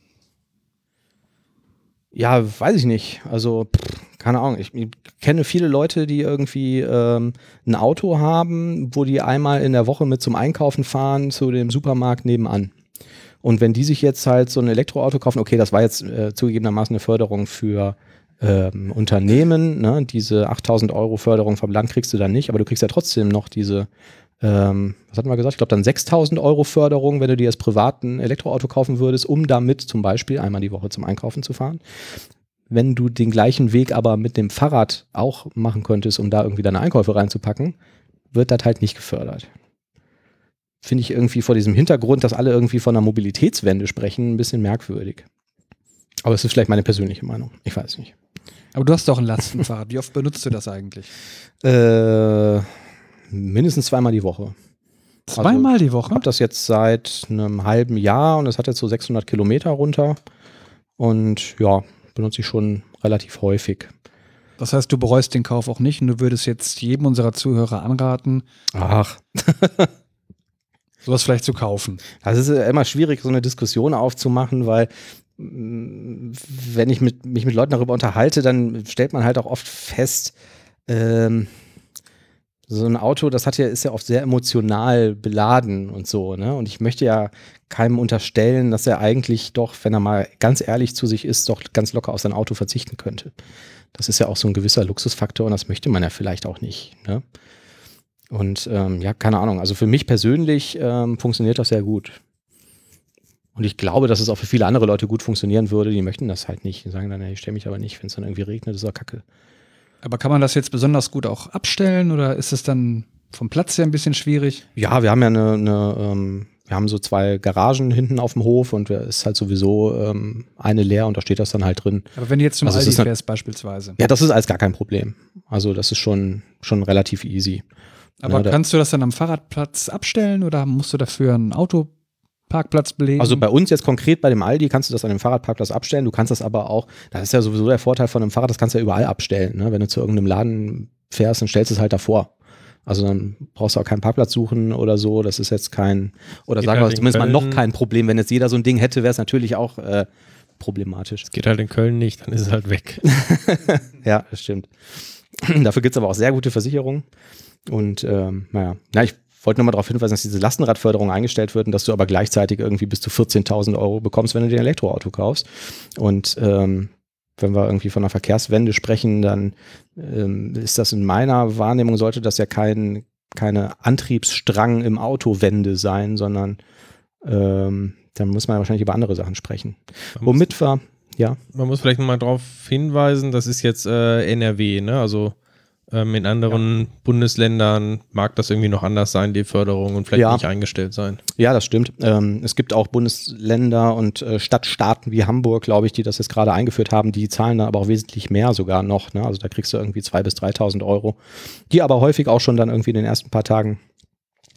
Ja, weiß ich nicht. Also, keine Ahnung. Ich kenne viele Leute, die irgendwie ein Auto haben, wo die einmal in der Woche mit zum Einkaufen fahren, zu dem Supermarkt nebenan. Und wenn die sich jetzt halt so ein Elektroauto kaufen, okay, das war jetzt zugegebenermaßen eine Förderung für Unternehmen, ne? Diese 8.000 € Förderung vom Land kriegst du dann nicht, aber du kriegst ja trotzdem noch diese, was hatten wir gesagt? Ich glaube dann 6.000 € Förderung, wenn du dir als privaten Elektroauto kaufen würdest, um damit zum Beispiel einmal die Woche zum Einkaufen zu fahren. Wenn du den gleichen Weg aber mit dem Fahrrad auch machen könntest, um da irgendwie deine Einkäufe reinzupacken, wird das halt nicht gefördert. Finde ich irgendwie vor diesem Hintergrund, dass alle irgendwie von einer Mobilitätswende sprechen, ein bisschen merkwürdig. Aber es ist vielleicht meine persönliche Meinung. Ich weiß nicht. Aber du hast doch ein Lastenfahrrad. Wie oft benutzt du das eigentlich? Mindestens 2-mal die Woche. Zweimal die Woche? Ich habe das jetzt seit einem halben Jahr und es hat jetzt so 600 Kilometer runter. Und ja, benutze ich schon relativ häufig. Das heißt, du bereust den Kauf auch nicht und du würdest jetzt jedem unserer Zuhörer anraten, sowas vielleicht zu kaufen. Das ist immer schwierig, so eine Diskussion aufzumachen, weil wenn ich mich mit Leuten darüber unterhalte, dann stellt man halt auch oft fest, so ein Auto, ist ja oft sehr emotional beladen und so, ne? Und ich möchte ja keinem unterstellen, dass er eigentlich doch, wenn er mal ganz ehrlich zu sich ist, doch ganz locker auf sein Auto verzichten könnte. Das ist ja auch so ein gewisser Luxusfaktor und das möchte man ja vielleicht auch nicht, ne? Und ja, keine Ahnung. Also für mich persönlich funktioniert das sehr gut. Und ich glaube, dass es auch für viele andere Leute gut funktionieren würde. Die möchten das halt nicht. Die sagen dann, ich stelle mich aber nicht, wenn es dann irgendwie regnet, ist doch kacke. Aber kann man das jetzt besonders gut auch abstellen oder ist es dann vom Platz her ein bisschen schwierig? Ja, wir haben ja wir haben so 2 Garagen hinten auf dem Hof und es ist halt sowieso eine leer und da steht das dann halt drin. Aber wenn du jetzt zum Also es Aldi ist fährst beispielsweise. Ja, das ist alles gar kein Problem. Also das ist schon relativ easy. Aber Ja, kannst du das dann am Fahrradplatz abstellen oder musst du dafür einen Autoparkplatz belegen? Also bei uns jetzt konkret bei dem Aldi kannst du das an dem Fahrradparkplatz abstellen. Du kannst das aber auch, das ist ja sowieso der Vorteil von einem Fahrrad, das kannst du ja überall abstellen. Ne? Wenn du zu irgendeinem Laden fährst, dann stellst du es halt davor. Also dann brauchst du auch keinen Parkplatz suchen oder so. Das ist jetzt kein, oder sagen wir zumindest mal noch kein Problem. Wenn jetzt jeder so ein Ding hätte, wäre es natürlich auch problematisch. Es geht halt in Köln nicht, dann ist es halt weg. Ja, das stimmt. Dafür gibt es aber auch sehr gute Versicherungen. Und ich wollte nochmal darauf hinweisen, dass diese Lastenradförderung eingestellt wird und dass du aber gleichzeitig irgendwie bis zu 14.000 € bekommst, wenn du dir ein Elektroauto kaufst. Und wenn wir irgendwie von einer Verkehrswende sprechen, dann ist das in meiner Wahrnehmung, sollte das ja keine Antriebsstrang im Auto-Wende sein, sondern dann muss man wahrscheinlich über andere Sachen sprechen. Womit wir, ja. Man muss vielleicht nochmal darauf hinweisen, das ist jetzt NRW, ne? Also in anderen Bundesländern mag das irgendwie noch anders sein, die Förderung, und vielleicht nicht eingestellt sein. Ja, das stimmt. Es gibt auch Bundesländer und Stadtstaaten wie Hamburg, glaube ich, die das jetzt gerade eingeführt haben, die zahlen dann aber auch wesentlich mehr sogar noch. Ne? Also da kriegst du irgendwie 2.000 bis 3.000 €, die aber häufig auch schon dann irgendwie in den ersten paar Tagen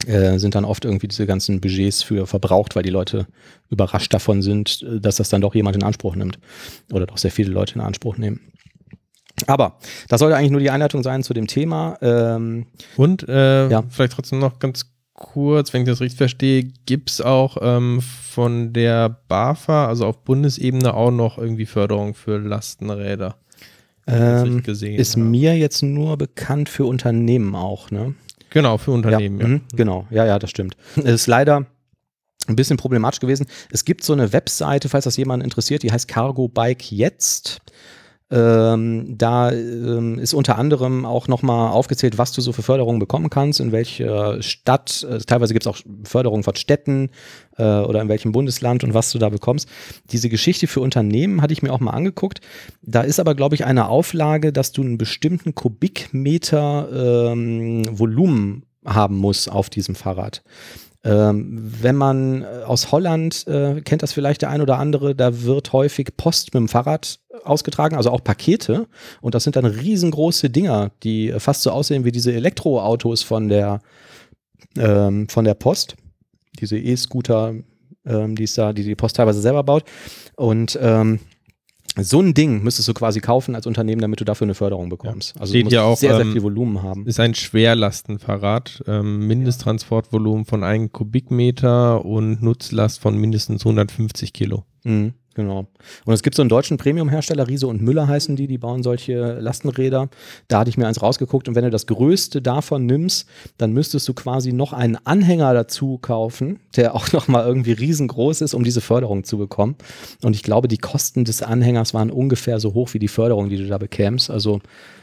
sind dann oft irgendwie diese ganzen Budgets für verbraucht, weil die Leute überrascht davon sind, dass das dann doch jemand in Anspruch nimmt. Oder doch sehr viele Leute in Anspruch nehmen. Aber das sollte eigentlich nur die Einleitung sein zu dem Thema. Vielleicht trotzdem noch ganz kurz, wenn ich das richtig verstehe, gibt es auch von der BAFA, also auf Bundesebene, auch noch irgendwie Förderung für Lastenräder? Ist mir jetzt nur bekannt für Unternehmen auch, ne? Genau, für Unternehmen, Genau, ja, das stimmt. Es ist leider ein bisschen problematisch gewesen. Es gibt so eine Webseite, falls das jemanden interessiert, die heißt Cargo Bike Jetzt. Da ist unter anderem auch nochmal aufgezählt, was du so für Förderungen bekommen kannst, in welcher Stadt, teilweise gibt es auch Förderungen von Städten oder in welchem Bundesland und was du da bekommst. Diese Geschichte für Unternehmen hatte ich mir auch mal angeguckt. Da ist aber, glaube ich, eine Auflage, dass du einen bestimmten Kubikmeter Volumen haben musst auf diesem Fahrrad. Wenn man aus Holland, kennt das vielleicht der ein oder andere, da wird häufig Post mit dem Fahrrad ausgetragen, also auch Pakete. Und das sind dann riesengroße Dinger, die fast so aussehen wie diese Elektroautos von der Post. Diese E-Scooter, die Post teilweise selber baut. Und so ein Ding müsstest du quasi kaufen als Unternehmen, damit du dafür eine Förderung bekommst. Also steht du musst ja auch, sehr viel Volumen haben. Ist ein Schwerlastenfahrrad, Mindesttransportvolumen von 1 Kubikmeter und Nutzlast von mindestens 150 Kilo. Genau. Und es gibt so einen deutschen Premium-Hersteller, Riese und Müller heißen die bauen solche Lastenräder. Da hatte ich mir eins rausgeguckt und wenn du das größte davon nimmst, dann müsstest du quasi noch einen Anhänger dazu kaufen, der auch nochmal irgendwie riesengroß ist, um diese Förderung zu bekommen. Und ich glaube, die Kosten des Anhängers waren ungefähr so hoch wie die Förderung, die du da bekämst. Also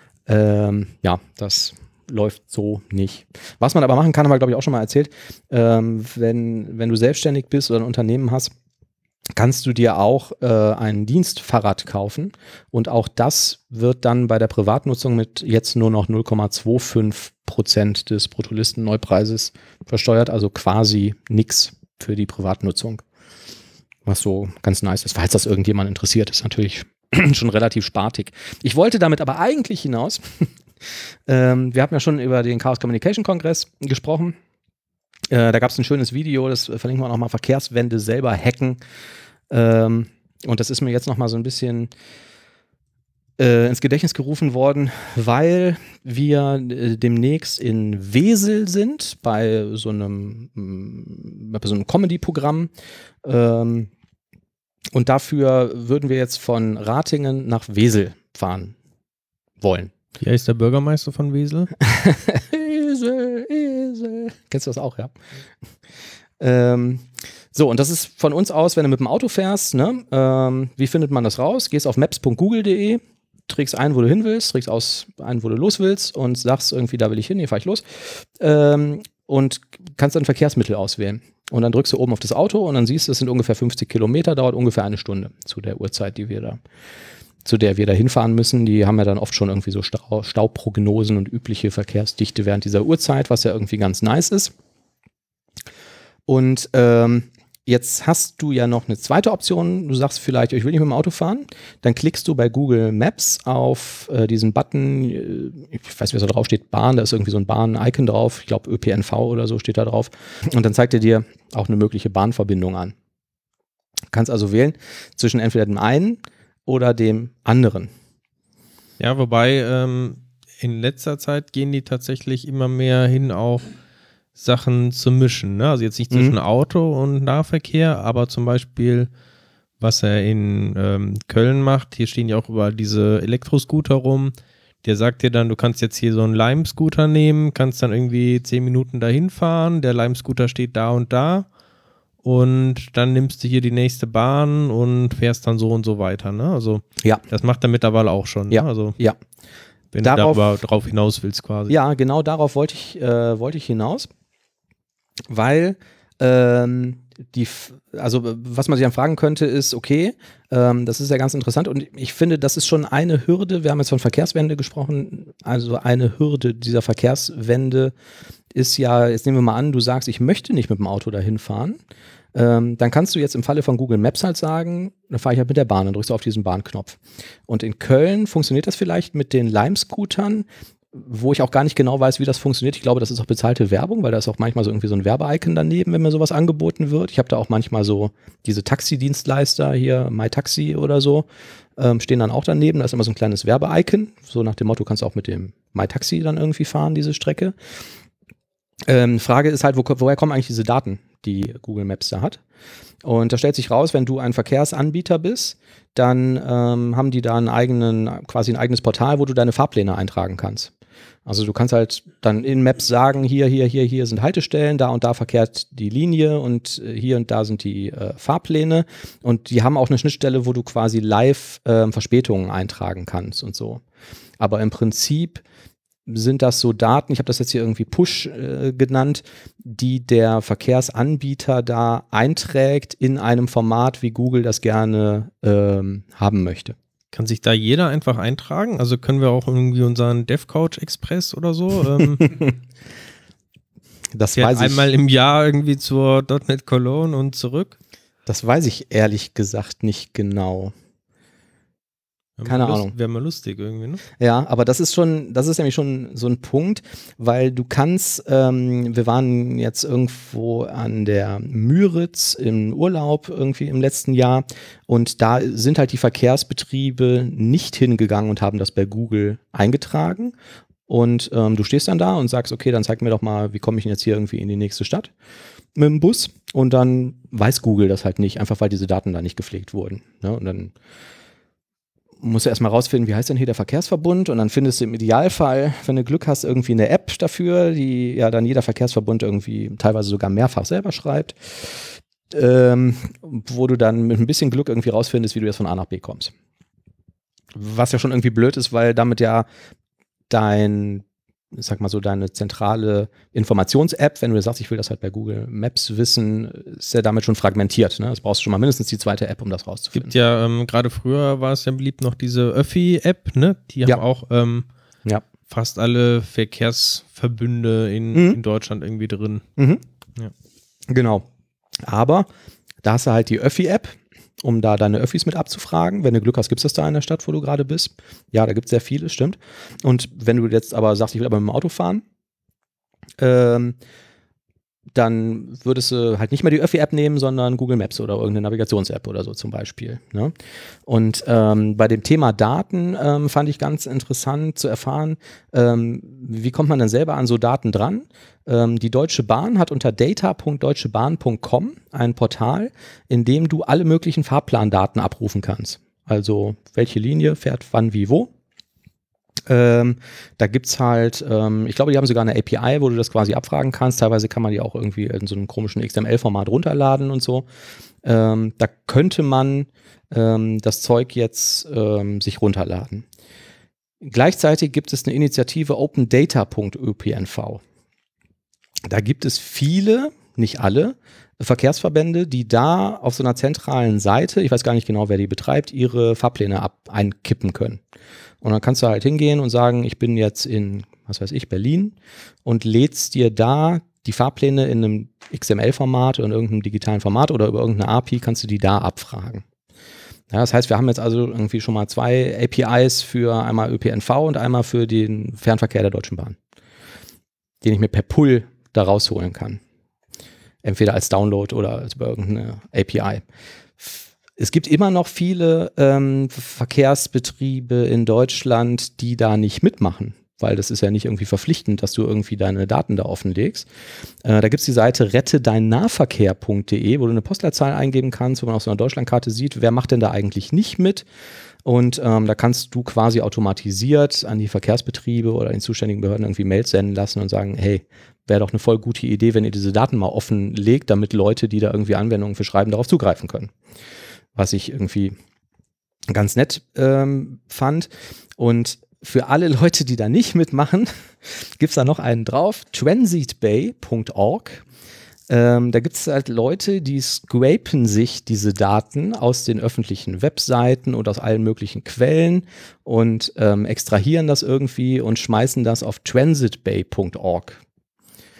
das läuft so nicht. Was man aber machen kann, haben wir, glaube ich, auch schon mal erzählt, wenn du selbstständig bist oder ein Unternehmen hast, kannst du dir auch ein Dienstfahrrad kaufen und auch das wird dann bei der Privatnutzung mit jetzt nur noch 0,25% des Bruttolistenneupreises versteuert, also quasi nix für die Privatnutzung. Was so ganz nice ist, falls das irgendjemand interessiert, ist natürlich schon relativ spartig. Ich wollte damit aber eigentlich hinaus, wir haben ja schon über den Chaos Communication Kongress gesprochen. Da gab es ein schönes Video, das verlinken wir auch nochmal, Verkehrswende selber hacken. Und das ist mir jetzt nochmal so ein bisschen ins Gedächtnis gerufen worden, weil wir demnächst in Wesel sind, bei so einem Comedy-Programm. Und dafür würden wir jetzt von Ratingen nach Wesel fahren wollen. Wie heißt der Bürgermeister von Wesel? Esel. Kennst du das auch, ja? So, und das ist von uns aus, wenn du mit dem Auto fährst, ne? Wie findet man das raus? Gehst auf maps.google.de, trägst ein, wo du hin willst, trägst ein, wo du los willst und sagst irgendwie, da will ich hin, hier fahre ich los. Und kannst dann Verkehrsmittel auswählen. Und dann drückst du oben auf das Auto und dann siehst du, es sind ungefähr 50 Kilometer, dauert ungefähr 1 Stunde zu der Uhrzeit, zu der wir da hinfahren müssen. Die haben ja dann oft schon irgendwie so Stauprognosen und übliche Verkehrsdichte während dieser Uhrzeit, was ja irgendwie ganz nice ist. Und jetzt hast du ja noch eine zweite Option. Du sagst vielleicht, ich will nicht mit dem Auto fahren. Dann klickst du bei Google Maps auf diesen Button, ich weiß nicht, was da drauf steht, Bahn, da ist irgendwie so ein Bahn-Icon drauf. Ich glaube ÖPNV oder so steht da drauf. Und dann zeigt er dir auch eine mögliche Bahnverbindung an. Du kannst also wählen zwischen entweder dem einen oder dem anderen. Ja, wobei in letzter Zeit gehen die tatsächlich immer mehr hin, auch Sachen zu mischen. Ne? Also jetzt nicht zwischen Auto und Nahverkehr, aber zum Beispiel, was er in Köln macht, hier stehen ja auch überall diese Elektroscooter rum, der sagt dir dann, du kannst jetzt hier so einen Lime-Scooter nehmen, kannst dann irgendwie 10 Minuten dahin fahren, der Lime-Scooter steht da und da und dann nimmst du hier die nächste Bahn und fährst dann so und so weiter. Ne? Also das macht er mittlerweile auch schon. Ja, ne? Also, ja. Wenn du darauf hinaus willst quasi. Ja, genau darauf wollte ich hinaus, weil was man sich dann fragen könnte ist, okay, das ist ja ganz interessant und ich finde, das ist schon eine Hürde, wir haben jetzt von Verkehrswende gesprochen, also eine Hürde dieser Verkehrswende ist ja, jetzt nehmen wir mal an, du sagst, ich möchte nicht mit dem Auto dahin fahren, dann kannst du jetzt im Falle von Google Maps halt sagen, dann fahre ich halt mit der Bahn, dann drückst du auf diesen Bahnknopf. Und in Köln funktioniert das vielleicht mit den Lime-Scootern wo ich auch gar nicht genau weiß, wie das funktioniert. Ich glaube, das ist auch bezahlte Werbung, weil da ist auch manchmal so irgendwie so ein Werbe-Icon daneben, wenn mir sowas angeboten wird. Ich habe da auch manchmal so diese Taxidienstleister hier, MyTaxi oder so, stehen dann auch daneben. Da ist immer so ein kleines Werbe-Icon, so nach dem Motto, kannst du auch mit dem MyTaxi dann irgendwie fahren, diese Strecke. Frage ist halt, woher kommen eigentlich diese Daten, die Google Maps da hat? Und da stellt sich raus, wenn du ein Verkehrsanbieter bist, dann haben die da quasi ein eigenes Portal, wo du deine Fahrpläne eintragen kannst. Also du kannst halt dann in Maps sagen, hier sind Haltestellen, da und da verkehrt die Linie und hier und da sind die Fahrpläne. Und die haben auch eine Schnittstelle, wo du quasi live Verspätungen eintragen kannst und so. Aber im Prinzip sind das so Daten, ich habe das jetzt hier irgendwie Push genannt, die der Verkehrsanbieter da einträgt in einem Format, wie Google das gerne haben möchte. Kann sich da jeder einfach eintragen? Also können wir auch irgendwie unseren DevCouch Express oder so? Das weiß ich. Einmal im Jahr irgendwie zur .NET Cologne und zurück? Das weiß ich ehrlich gesagt nicht genau. Keine Ahnung. Wäre mal lustig irgendwie, ne? Ja, aber das ist nämlich schon so ein Punkt, weil du kannst, wir waren jetzt irgendwo an der Müritz im Urlaub irgendwie im letzten Jahr und da sind halt die Verkehrsbetriebe nicht hingegangen und haben das bei Google eingetragen und du stehst dann da und sagst, okay, dann zeig mir doch mal, wie komme ich denn jetzt hier irgendwie in die nächste Stadt mit dem Bus und dann weiß Google das halt nicht, einfach weil diese Daten da nicht gepflegt wurden, ne? Und dann musst du erstmal rausfinden, wie heißt denn hier der Verkehrsverbund und dann findest du im Idealfall, wenn du Glück hast, irgendwie eine App dafür, die ja dann jeder Verkehrsverbund irgendwie teilweise sogar mehrfach selber schreibt, wo du dann mit ein bisschen Glück irgendwie rausfindest, wie du jetzt von A nach B kommst. Was ja schon irgendwie blöd ist, weil damit ja deine zentrale Informations-App, wenn du sagst, ich will das halt bei Google Maps wissen, ist ja damit schon fragmentiert. Ne? Das brauchst du schon mal mindestens die zweite App, um das rauszufinden. Gibt ja, gerade früher war es ja beliebt noch diese Öffi-App, ne? Die haben auch fast alle Verkehrsverbünde in Deutschland irgendwie drin. Mhm. Ja. Genau. Aber da hast du halt die Öffi-App, um da deine Öffis mit abzufragen. Wenn du Glück hast, gibt es das da in der Stadt, wo du gerade bist. Ja, da gibt es sehr viele, stimmt. Und wenn du jetzt aber sagst, ich will aber mit dem Auto fahren, dann würdest du halt nicht mehr die Öffi-App nehmen, sondern Google Maps oder irgendeine Navigations-App oder so zum Beispiel. Ne? Und bei dem Thema Daten fand ich ganz interessant zu erfahren, wie kommt man denn selber an so Daten dran? Die Deutsche Bahn hat unter data.deutschebahn.com ein Portal, in dem du alle möglichen Fahrplandaten abrufen kannst. Also welche Linie fährt wann, wie, wo. Da gibt es halt, ich glaube, die haben sogar eine API, wo du das quasi abfragen kannst. Teilweise kann man die auch irgendwie in so einem komischen XML-Format runterladen und so. Da könnte man das Zeug jetzt sich runterladen. Gleichzeitig gibt es eine Initiative opendata.ÖPNV. Da gibt es viele, nicht alle, Verkehrsverbände, die da auf so einer zentralen Seite, ich weiß gar nicht genau, wer die betreibt, ihre Fahrpläne einkippen können. Und dann kannst du halt hingehen und sagen, ich bin jetzt in, was weiß ich, Berlin und lädst dir da die Fahrpläne in einem XML-Format oder in irgendeinem digitalen Format oder über irgendeine API kannst du die da abfragen. Ja, das heißt, wir haben jetzt also irgendwie schon mal 2 APIs für einmal ÖPNV und einmal für den Fernverkehr der Deutschen Bahn, den ich mir per Pull da rausholen kann. Entweder als Download oder als über irgendeine API. Es gibt immer noch viele Verkehrsbetriebe in Deutschland, die da nicht mitmachen, weil das ist ja nicht irgendwie verpflichtend, dass du irgendwie deine Daten da offenlegst. Da gibt es die Seite rettedeinnahverkehr.de, wo du eine Postleitzahl eingeben kannst, wo man auf so einer Deutschlandkarte sieht, wer macht denn da eigentlich nicht mit. Und da kannst du quasi automatisiert an die Verkehrsbetriebe oder den zuständigen Behörden irgendwie Mails senden lassen und sagen, hey, wäre doch eine voll gute Idee, wenn ihr diese Daten mal offenlegt, damit Leute, die da irgendwie Anwendungen für schreiben, darauf zugreifen können. Was ich irgendwie ganz nett fand. Und für alle Leute, die da nicht mitmachen, gibt es da noch einen drauf, transitbay.org. Da gibt es halt Leute, die scrapen sich diese Daten aus den öffentlichen Webseiten und aus allen möglichen Quellen und extrahieren das irgendwie und schmeißen das auf transitbay.org.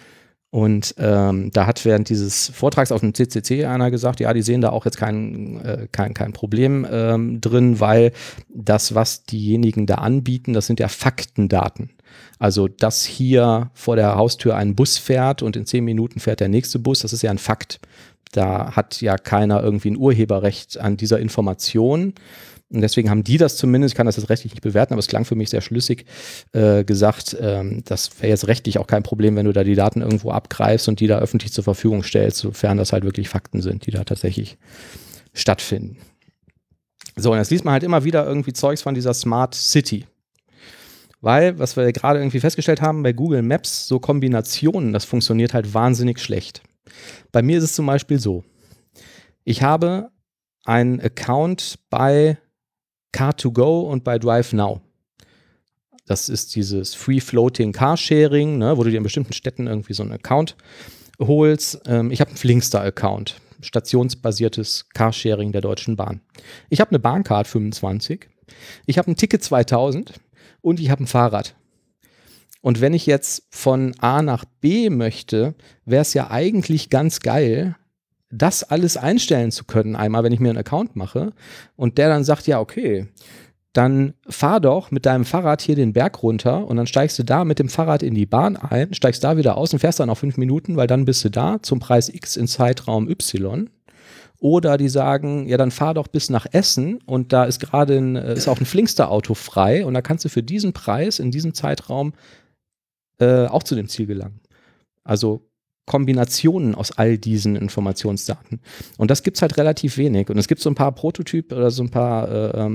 Und da hat während dieses Vortrags auf dem CCC einer gesagt, ja, die sehen da auch jetzt kein Problem drin, weil das, was diejenigen da anbieten, das sind ja Faktendaten. Also, dass hier vor der Haustür ein Bus fährt und in 10 Minuten fährt der nächste Bus, das ist ja ein Fakt. Da hat ja keiner irgendwie ein Urheberrecht an dieser Information. Und deswegen haben die das zumindest, ich kann das jetzt rechtlich nicht bewerten, aber es klang für mich sehr schlüssig, gesagt, das wäre jetzt rechtlich auch kein Problem, wenn du da die Daten irgendwo abgreifst und die da öffentlich zur Verfügung stellst, sofern das halt wirklich Fakten sind, die da tatsächlich stattfinden. So, und jetzt liest man halt immer wieder irgendwie Zeugs von dieser Smart City. Weil, was wir gerade irgendwie festgestellt haben, bei Google Maps, so Kombinationen, das funktioniert halt wahnsinnig schlecht. Bei mir ist es zum Beispiel so, ich habe einen Account bei Car2Go und bei DriveNow. Das ist dieses Free-Floating Carsharing, ne, wo du dir in bestimmten Städten irgendwie so einen Account holst. Ich habe einen Flinkster-Account, stationsbasiertes Carsharing der Deutschen Bahn. Ich habe eine Bahncard 25, ich habe ein Ticket 2000 und ich habe ein Fahrrad. Und wenn ich jetzt von A nach B möchte, wäre es ja eigentlich ganz geil, das alles einstellen zu können, einmal, wenn ich mir einen Account mache und der dann sagt, ja, okay, dann fahr doch mit deinem Fahrrad hier den Berg runter und dann steigst du da mit dem Fahrrad in die Bahn ein, steigst da wieder aus und fährst dann auf 5 Minuten, weil dann bist du da zum Preis X in Zeitraum Y. Oder die sagen, ja, dann fahr doch bis nach Essen und da ist gerade ist auch ein Flinkster-Auto frei und da kannst du für diesen Preis in diesem Zeitraum auch zu dem Ziel gelangen. Also Kombinationen aus all diesen Informationsdaten. Und das gibt es halt relativ wenig. Und es gibt so ein paar Prototypen oder so ein paar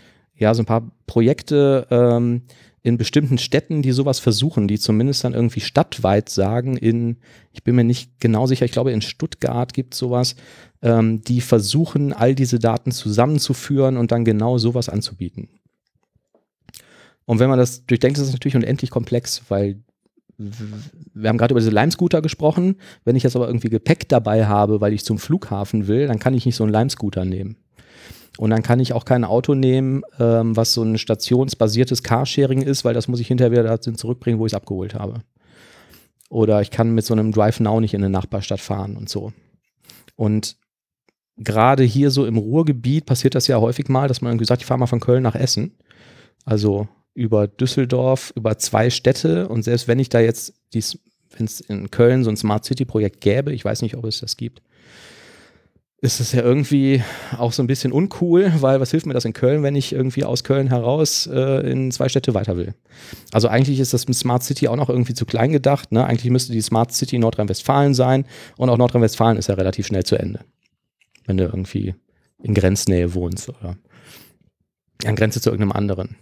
Projekte in bestimmten Städten, die sowas versuchen, die zumindest dann irgendwie stadtweit sagen, ich bin mir nicht genau sicher, ich glaube in Stuttgart gibt es sowas, die versuchen, all diese Daten zusammenzuführen und dann genau sowas anzubieten. Und wenn man das durchdenkt, ist es natürlich unendlich komplex, weil wir haben gerade über diese Lime-Scooter gesprochen. Wenn ich jetzt aber irgendwie Gepäck dabei habe, weil ich zum Flughafen will, dann kann ich nicht so einen Lime-Scooter nehmen. Und dann kann ich auch kein Auto nehmen, was so ein stationsbasiertes Carsharing ist, weil das muss ich hinterher wieder dahin zurückbringen, wo ich es abgeholt habe. Oder ich kann mit so einem DriveNow nicht in eine Nachbarstadt fahren und so. Und gerade hier so im Ruhrgebiet passiert das ja häufig mal, dass man irgendwie sagt, ich fahre mal von Köln nach Essen. Also über Düsseldorf, über 2 Städte und selbst wenn ich da jetzt, wenn es in Köln so ein Smart City Projekt gäbe, ich weiß nicht, ob es das gibt, ist es ja irgendwie auch so ein bisschen uncool, weil was hilft mir das in Köln, wenn ich irgendwie aus Köln heraus in 2 Städte weiter will? Also eigentlich ist das mit Smart City auch noch irgendwie zu klein gedacht, ne? Eigentlich müsste die Smart City Nordrhein-Westfalen sein und auch Nordrhein-Westfalen ist ja relativ schnell zu Ende, wenn du irgendwie in Grenznähe wohnst oder an Grenze zu irgendeinem anderen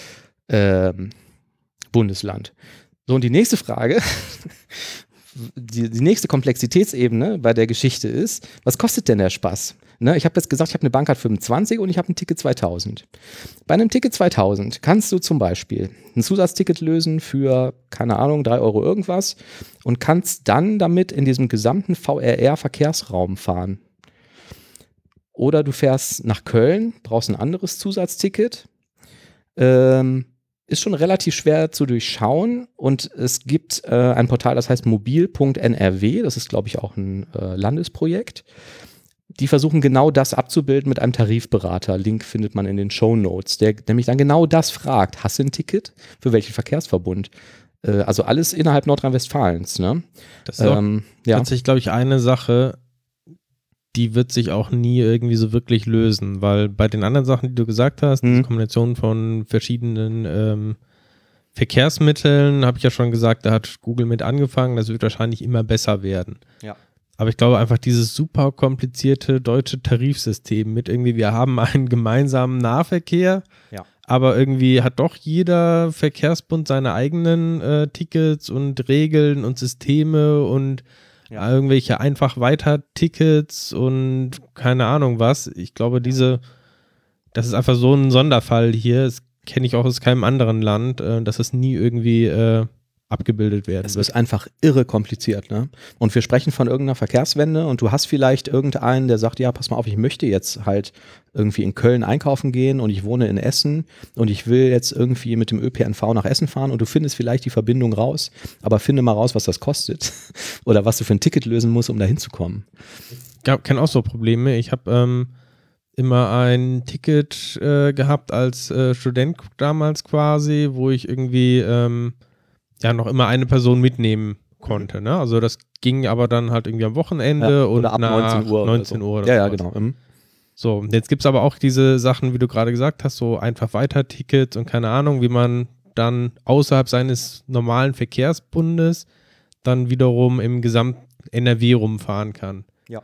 Bundesland. So, und die nächste Frage, die nächste Komplexitätsebene bei der Geschichte ist, was kostet denn der Spaß? Ne, ich habe jetzt gesagt, ich habe eine Bahncard 25 und ich habe ein Ticket 2000. Bei einem Ticket 2000 kannst du zum Beispiel ein Zusatzticket lösen für, keine Ahnung, 3 Euro irgendwas und kannst dann damit in diesem gesamten VRR-Verkehrsraum fahren. Oder du fährst nach Köln, brauchst ein anderes Zusatzticket, ist schon relativ schwer zu durchschauen und es gibt ein Portal, das heißt mobil.nrw, das ist, glaube ich, auch ein Landesprojekt. Die versuchen genau das abzubilden mit einem Tarifberater. Link findet man in den Shownotes, der nämlich dann genau das fragt. Hast du ein Ticket? Für welchen Verkehrsverbund? Also alles innerhalb Nordrhein-Westfalens. Ne? Das ist tatsächlich, glaube ich, eine Sache, die wird sich auch nie irgendwie so wirklich lösen, weil bei den anderen Sachen, die du gesagt hast, diese Kombination von verschiedenen Verkehrsmitteln, habe ich ja schon gesagt, da hat Google mit angefangen, das wird wahrscheinlich immer besser werden. Ja. Aber ich glaube einfach dieses super komplizierte deutsche Tarifsystem mit irgendwie, wir haben einen gemeinsamen Nahverkehr, aber irgendwie hat doch jeder Verkehrsbund seine eigenen Tickets und Regeln und Systeme und irgendwelche einfach weiter Tickets und keine Ahnung was. Ich glaube, das ist einfach so ein Sonderfall hier. Das kenne ich auch aus keinem anderen Land, dass es nie irgendwie abgebildet werden Es wird. ist einfach irre kompliziert, ne? Und wir sprechen von irgendeiner Verkehrswende und du hast vielleicht irgendeinen, der sagt, ja, pass mal auf, ich möchte jetzt halt irgendwie in Köln einkaufen gehen und ich wohne in Essen und ich will jetzt irgendwie mit dem ÖPNV nach Essen fahren und du findest vielleicht die Verbindung raus, aber finde mal raus, was das kostet oder was du für ein Ticket lösen musst, um da hinzukommen. Ich kenne auch so Probleme. Ich habe immer ein Ticket gehabt als Student damals quasi, wo ich irgendwie noch immer eine Person mitnehmen konnte. Ne? Also das ging aber dann halt irgendwie am Wochenende und oder ab nach 19 Uhr. 19 oder Uhr. so. Ja, sowas. genau. Mhm. So, und jetzt gibt es aber auch diese Sachen, wie du gerade gesagt hast, so einfach weiter Tickets und keine Ahnung, wie man dann außerhalb seines normalen Verkehrsbundes dann wiederum im gesamten NRW rumfahren kann. Ja.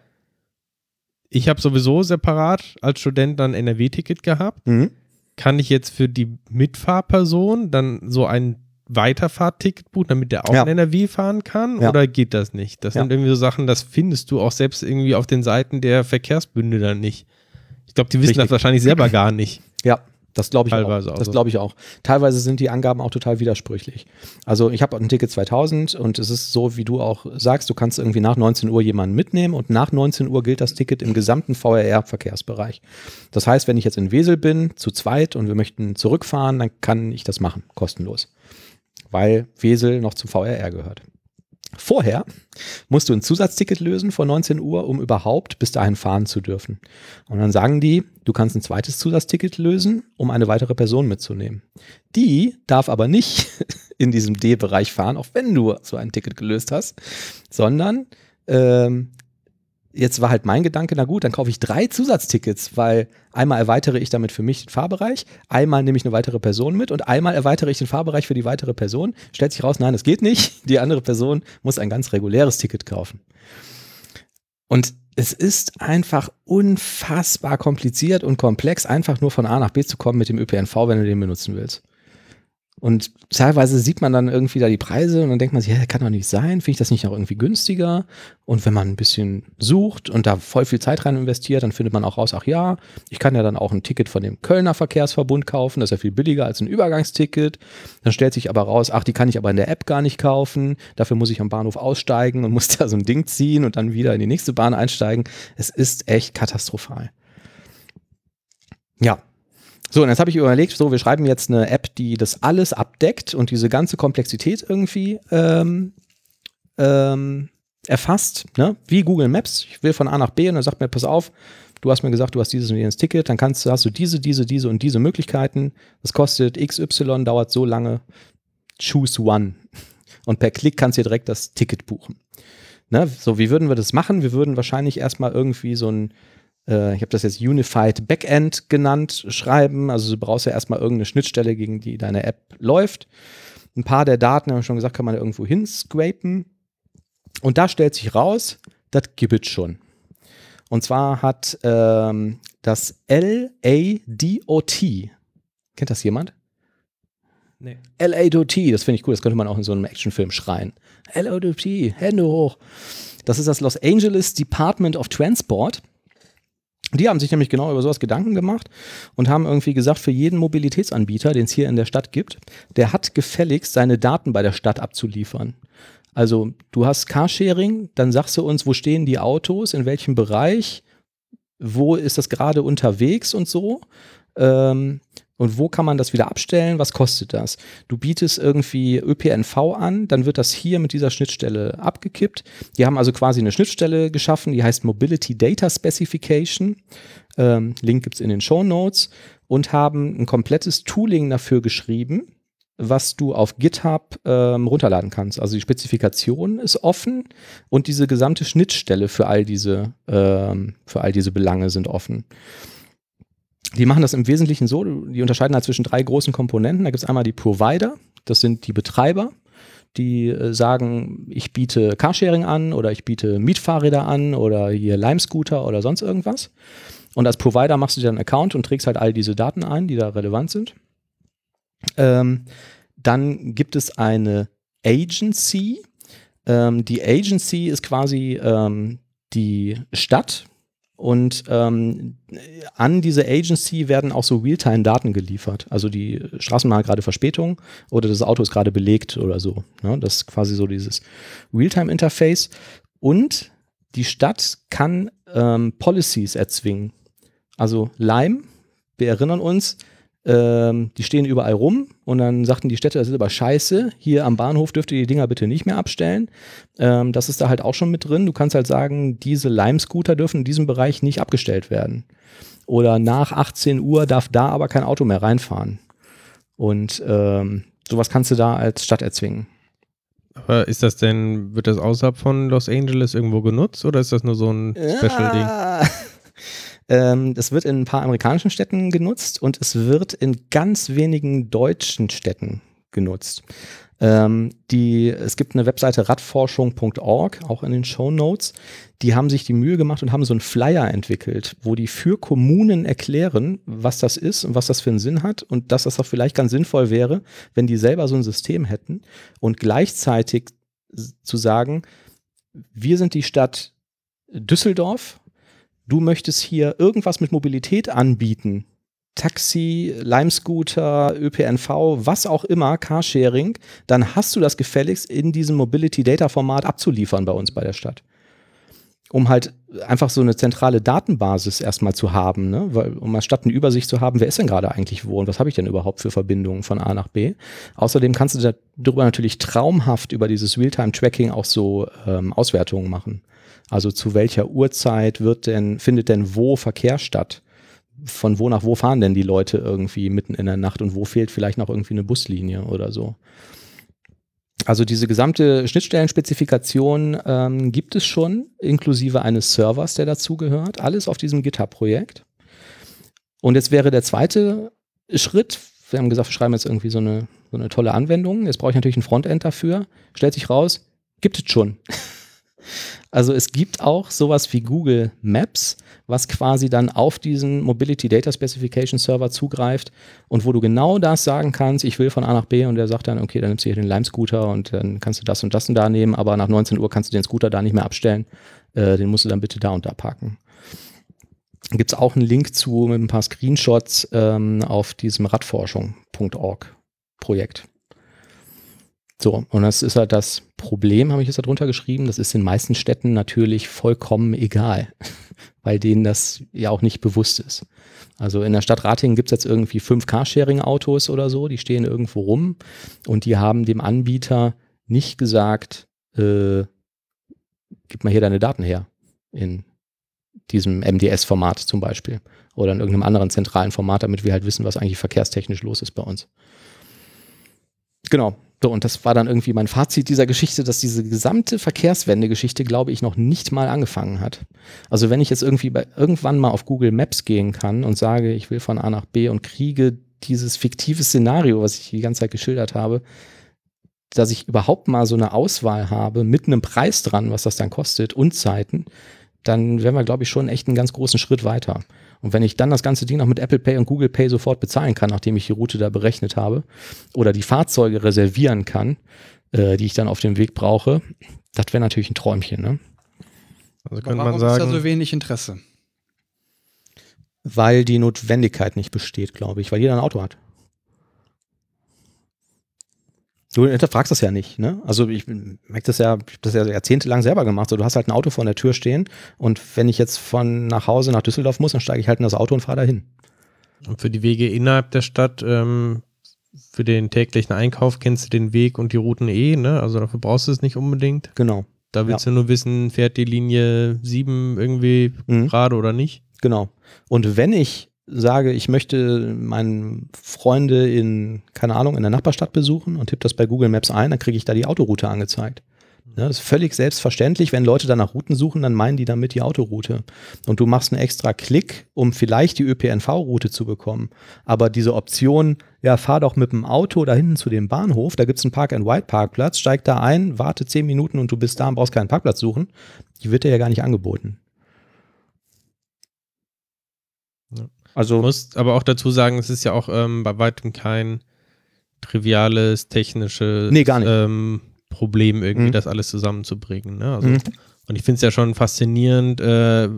Ich habe sowieso separat als Student dann ein NRW-Ticket gehabt. Mhm. Kann ich jetzt für die Mitfahrperson dann so ein Weiterfahrtticket buchen, damit der auch in NRW fahren kann? Ja. Oder geht das nicht? Das sind irgendwie so Sachen, das findest du auch selbst irgendwie auf den Seiten der Verkehrsbünde dann nicht. Ich glaube, die wissen das wahrscheinlich selber gar nicht. Ja, das glaube ich Teilweise auch. Das glaube ich auch. Teilweise sind die Angaben auch total widersprüchlich. Also ich habe ein Ticket 2000 und es ist so, wie du auch sagst, du kannst irgendwie nach 19 Uhr jemanden mitnehmen und nach 19 Uhr gilt das Ticket im gesamten VRR-Verkehrsbereich. Das heißt, wenn ich jetzt in Wesel bin, zu zweit und wir möchten zurückfahren, dann kann ich das machen, kostenlos. Weil Wesel noch zum VRR gehört. Vorher musst du ein Zusatzticket lösen vor 19 Uhr, um überhaupt bis dahin fahren zu dürfen. Und dann sagen die, du kannst ein zweites Zusatzticket lösen, um eine weitere Person mitzunehmen. Die darf aber nicht in diesem D-Bereich fahren, auch wenn du so ein Ticket gelöst hast, sondern jetzt war halt mein Gedanke, na gut, dann kaufe ich 3 Zusatztickets, weil einmal erweitere ich damit für mich den Fahrbereich, einmal nehme ich eine weitere Person mit und einmal erweitere ich den Fahrbereich für die weitere Person. Stellt sich raus, nein, das geht nicht. Die andere Person muss ein ganz reguläres Ticket kaufen. Und es ist einfach unfassbar kompliziert und komplex, einfach nur von A nach B zu kommen mit dem ÖPNV, wenn du den benutzen willst. Und teilweise sieht man dann irgendwie da die Preise und dann denkt man sich, ja, das kann doch nicht sein, finde ich das nicht noch irgendwie günstiger? Und wenn man ein bisschen sucht und da voll viel Zeit rein investiert, dann findet man auch raus, ach ja, ich kann ja dann auch ein Ticket von dem Kölner Verkehrsverbund kaufen, das ist ja viel billiger als ein Übergangsticket. Dann stellt sich aber raus, ach, die kann ich aber in der App gar nicht kaufen, dafür muss ich am Bahnhof aussteigen und muss da so ein Ding ziehen und dann wieder in die nächste Bahn einsteigen. Es ist echt katastrophal. Ja. So, und jetzt habe ich überlegt, so, wir schreiben jetzt eine App, die das alles abdeckt und diese ganze Komplexität irgendwie erfasst, ne? Wie Google Maps. Ich will von A nach B und dann sagt mir, pass auf, du hast mir gesagt, du hast dieses und jenes Ticket, dann hast du diese und diese Möglichkeiten. Das kostet XY, dauert so lange. Choose one. Und per Klick kannst du dir direkt das Ticket buchen. Ne? So, wie würden wir das machen? Wir würden wahrscheinlich erstmal irgendwie so ein ich habe das jetzt Unified Backend genannt, schreiben. Also du brauchst ja erstmal irgendeine Schnittstelle, gegen die deine App läuft. Ein paar der Daten, haben wir schon gesagt, kann man da irgendwo hinscrapen. Und da stellt sich raus, das gibt es schon. Und zwar hat das LADOT, kennt das jemand? Nee. LADOT, das finde ich cool, das könnte man auch in so einem Actionfilm schreien. LADOT, Hände hoch. Das ist das Los Angeles Department of Transport. Die haben sich nämlich genau über sowas Gedanken gemacht und haben irgendwie gesagt, für jeden Mobilitätsanbieter, den es hier in der Stadt gibt, der hat gefälligst seine Daten bei der Stadt abzuliefern. Also du hast Carsharing, dann sagst du uns, wo stehen die Autos, in welchem Bereich, wo ist das gerade unterwegs und so. Und wo kann man das wieder abstellen? Was kostet das? Du bietest irgendwie ÖPNV an, dann wird das hier mit dieser Schnittstelle abgekippt. Die haben also quasi eine Schnittstelle geschaffen, die heißt Mobility Data Specification. Link gibt es in den Shownotes und haben ein komplettes Tooling dafür geschrieben, was du auf GitHub runterladen kannst. Also die Spezifikation ist offen und diese gesamte Schnittstelle für all diese Belange sind offen. Die machen das im Wesentlichen so, die unterscheiden halt zwischen 3 großen Komponenten. Da gibt es einmal die Provider, das sind die Betreiber, die sagen, ich biete Carsharing an oder ich biete Mietfahrräder an oder hier Lime-Scooter oder sonst irgendwas. Und als Provider machst du dir einen Account und trägst halt all diese Daten ein, die da relevant sind. Dann gibt es eine Agency. Die Agency ist quasi die Stadt, Und an diese Agency werden auch so Realtime-Daten geliefert. Also die Straßenbahn hat gerade Verspätung oder das Auto ist gerade belegt oder so. Ne? Das ist quasi so dieses Realtime-Interface. Und die Stadt kann Policies erzwingen. Also Lime, wir erinnern uns, die stehen überall rum und dann sagten die Städte, das ist aber scheiße, hier am Bahnhof dürft ihr die Dinger bitte nicht mehr abstellen. Das ist da halt auch schon mit drin. Du kannst halt sagen, diese Lime-Scooter dürfen in diesem Bereich nicht abgestellt werden. Oder nach 18 Uhr darf da aber kein Auto mehr reinfahren. Und sowas kannst du da als Stadt erzwingen. Aber wird das außerhalb von Los Angeles irgendwo genutzt oder ist das nur so ein Special-Ding? Das wird in ein paar amerikanischen Städten genutzt und es wird in ganz wenigen deutschen Städten genutzt. Es gibt eine Webseite radforschung.org, auch in den Shownotes. Die haben sich die Mühe gemacht und haben so einen Flyer entwickelt, wo die für Kommunen erklären, was das ist und was das für einen Sinn hat und dass das auch vielleicht ganz sinnvoll wäre, wenn die selber so ein System hätten und gleichzeitig zu sagen, wir sind die Stadt Düsseldorf, du möchtest hier irgendwas mit Mobilität anbieten, Taxi, Lime-Scooter, ÖPNV, was auch immer, Carsharing, dann hast du das gefälligst in diesem Mobility-Data-Format abzuliefern bei uns bei der Stadt. Um halt einfach so eine zentrale Datenbasis erstmal zu haben, ne? Um als Stadt eine Übersicht zu haben, wer ist denn gerade eigentlich wo und was habe ich denn überhaupt für Verbindungen von A nach B. Außerdem kannst du darüber natürlich traumhaft über dieses Realtime-Tracking auch so Auswertungen machen. Also zu welcher Uhrzeit findet denn wo Verkehr statt? Von wo nach wo fahren denn die Leute irgendwie mitten in der Nacht und wo fehlt vielleicht noch irgendwie eine Buslinie oder so? Also diese gesamte Schnittstellenspezifikation gibt es schon, inklusive eines Servers, der dazugehört. Alles auf diesem GitHub-Projekt. Und jetzt wäre der zweite Schritt, wir haben gesagt, wir schreiben jetzt irgendwie so eine tolle Anwendung. Jetzt brauche ich natürlich ein Frontend dafür. Stellt sich raus, gibt es schon. Also es gibt auch sowas wie Google Maps, was quasi dann auf diesen Mobility Data Specification Server zugreift und wo du genau das sagen kannst, ich will von A nach B und der sagt dann, okay, dann nimmst du hier den Lime-Scooter und dann kannst du das und das und da nehmen, aber nach 19 Uhr kannst du den Scooter da nicht mehr abstellen, den musst du dann bitte da und da parken. Gibt es auch einen Link zu mit ein paar Screenshots auf diesem radforschung.org Projekt. So, und das ist halt das Problem, habe ich jetzt da drunter geschrieben, das ist in den meisten Städten natürlich vollkommen egal, weil denen das ja auch nicht bewusst ist. Also in der Stadt Ratingen gibt es jetzt irgendwie 5 Carsharing-Autos oder so, die stehen irgendwo rum und die haben dem Anbieter nicht gesagt, gib mal hier deine Daten her in diesem MDS-Format zum Beispiel oder in irgendeinem anderen zentralen Format, damit wir halt wissen, was eigentlich verkehrstechnisch los ist bei uns. Genau. So, und das war dann irgendwie mein Fazit dieser Geschichte, dass diese gesamte Verkehrswende-Geschichte, glaube ich, noch nicht mal angefangen hat. Also wenn ich jetzt irgendwann mal auf Google Maps gehen kann und sage, ich will von A nach B und kriege dieses fiktive Szenario, was ich die ganze Zeit geschildert habe, dass ich überhaupt mal so eine Auswahl habe mit einem Preis dran, was das dann kostet und Zeiten, dann wären wir, glaube ich, schon echt einen ganz großen Schritt weiter. Und wenn ich dann das ganze Ding noch mit Apple Pay und Google Pay sofort bezahlen kann, nachdem ich die Route da berechnet habe, oder die Fahrzeuge reservieren kann, die ich dann auf dem Weg brauche, das wäre natürlich ein Träumchen, ne? Also könnte man sagen, ist da so wenig Interesse? Weil die Notwendigkeit nicht besteht, glaube ich, weil jeder ein Auto hat. Du hinterfragst das ja nicht, ne? Also ich merke das ja, ich habe das ja jahrzehntelang selber gemacht. So, du hast halt ein Auto vor der Tür stehen und wenn ich jetzt von nach Hause nach Düsseldorf muss, dann steige ich halt in das Auto und fahre dahin. Und für die Wege innerhalb der Stadt, für den täglichen Einkauf kennst du den Weg und die Routen ne? Also dafür brauchst du es nicht unbedingt. Genau. Da willst du nur wissen, fährt die Linie 7 irgendwie gerade oder nicht? Genau. Und wenn ich sage, ich möchte meine Freunde keine Ahnung, in der Nachbarstadt besuchen und tippe das bei Google Maps ein, dann kriege ich da die Autoroute angezeigt. Ja, das ist völlig selbstverständlich. Wenn Leute dann nach Routen suchen, dann meinen die damit die Autoroute. Und du machst einen extra Klick, um vielleicht die ÖPNV-Route zu bekommen. Aber diese Option, ja, fahr doch mit dem Auto da hinten zu dem Bahnhof, da gibt es einen Park-and-Ride-Parkplatz, steig da ein, warte 10 Minuten und du bist da und brauchst keinen Parkplatz suchen, die wird dir ja gar nicht angeboten. Ja. Also, du musst aber auch dazu sagen, es ist ja auch bei weitem kein triviales, technisches gar nicht. Problem, irgendwie das alles zusammenzubringen. Ne? Also, und ich finde es ja schon faszinierend,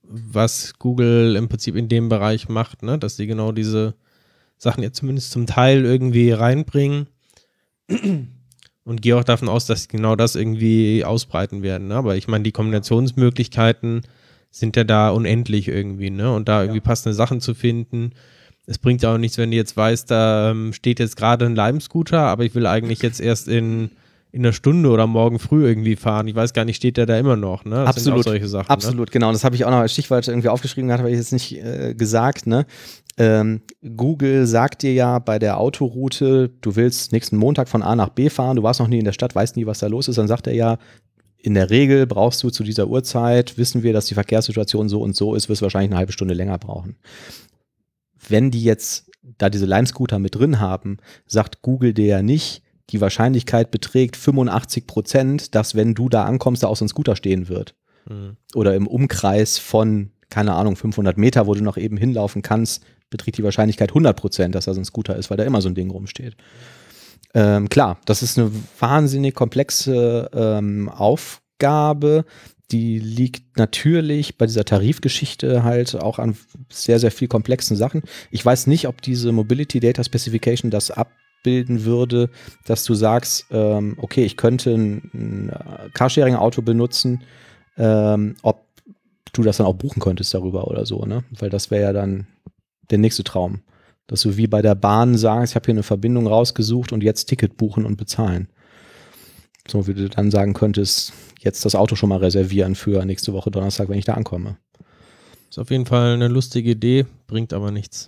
was Google im Prinzip in dem Bereich macht, ne? Dass sie genau diese Sachen jetzt zumindest zum Teil irgendwie reinbringen und gehe auch davon aus, dass sie genau das irgendwie ausbreiten werden, ne? Aber ich meine, die Kombinationsmöglichkeiten sind ja da unendlich irgendwie, ne? Und da irgendwie passende Sachen zu finden. Es bringt ja auch nichts, wenn du jetzt weißt, da steht jetzt gerade ein Lime-Scooter, aber ich will eigentlich jetzt erst in einer Stunde oder morgen früh irgendwie fahren. Ich weiß gar nicht, steht der da immer noch, ne? Das absolut, sind auch solche Sachen, absolut, ne? Genau. Und das habe ich auch noch als Stichwort irgendwie aufgeschrieben, habe ich jetzt nicht gesagt, ne? Google sagt dir ja bei der Autoroute, du willst nächsten Montag von A nach B fahren, du warst noch nie in der Stadt, weißt nie, was da los ist, dann sagt er ja, in der Regel brauchst du zu dieser Uhrzeit, wissen wir, dass die Verkehrssituation so und so ist, wirst du wahrscheinlich eine halbe Stunde länger brauchen. Wenn die jetzt da diese Lime-Scooter mit drin haben, sagt Google dir ja nicht, die Wahrscheinlichkeit beträgt 85%, dass wenn du da ankommst, da auch so ein Scooter stehen wird. Mhm. Oder im Umkreis von, keine Ahnung, 500 Meter, wo du noch eben hinlaufen kannst, beträgt die Wahrscheinlichkeit 100%, dass da so ein Scooter ist, weil da immer so ein Ding rumsteht. Klar, das ist eine wahnsinnig komplexe Aufgabe. Die liegt natürlich bei dieser Tarifgeschichte halt auch an sehr, sehr viel komplexen Sachen. Ich weiß nicht, ob diese Mobility Data Specification das abbilden würde, dass du sagst, okay, ich könnte ein Carsharing-Auto benutzen, ob du das dann auch buchen könntest darüber oder so, ne? Weil das wäre ja dann der nächste Traum. Dass du wie bei der Bahn sagst, ich habe hier eine Verbindung rausgesucht und jetzt Ticket buchen und bezahlen. So wie du dann sagen könntest, jetzt das Auto schon mal reservieren für nächste Woche Donnerstag, wenn ich da ankomme. Ist auf jeden Fall eine lustige Idee, bringt aber nichts.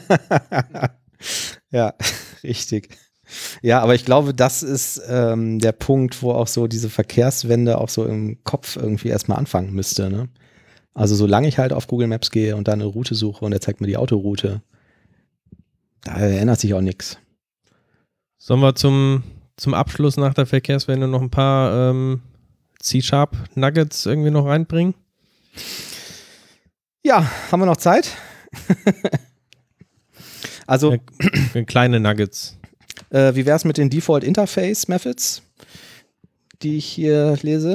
Ja, richtig. Ja, aber ich glaube, das ist der Punkt, wo auch so diese Verkehrswende auch so im Kopf irgendwie erstmal anfangen müsste, ne? Also solange ich halt auf Google Maps gehe und da eine Route suche und er zeigt mir die Autoroute, da ändert sich auch nichts. Sollen wir zum Abschluss nach der Verkehrswende noch ein paar C-Sharp-Nuggets irgendwie noch reinbringen? Ja, haben wir noch Zeit? Also kleine Nuggets. Wie wäre es mit den Default Interface Methods, die ich hier lese?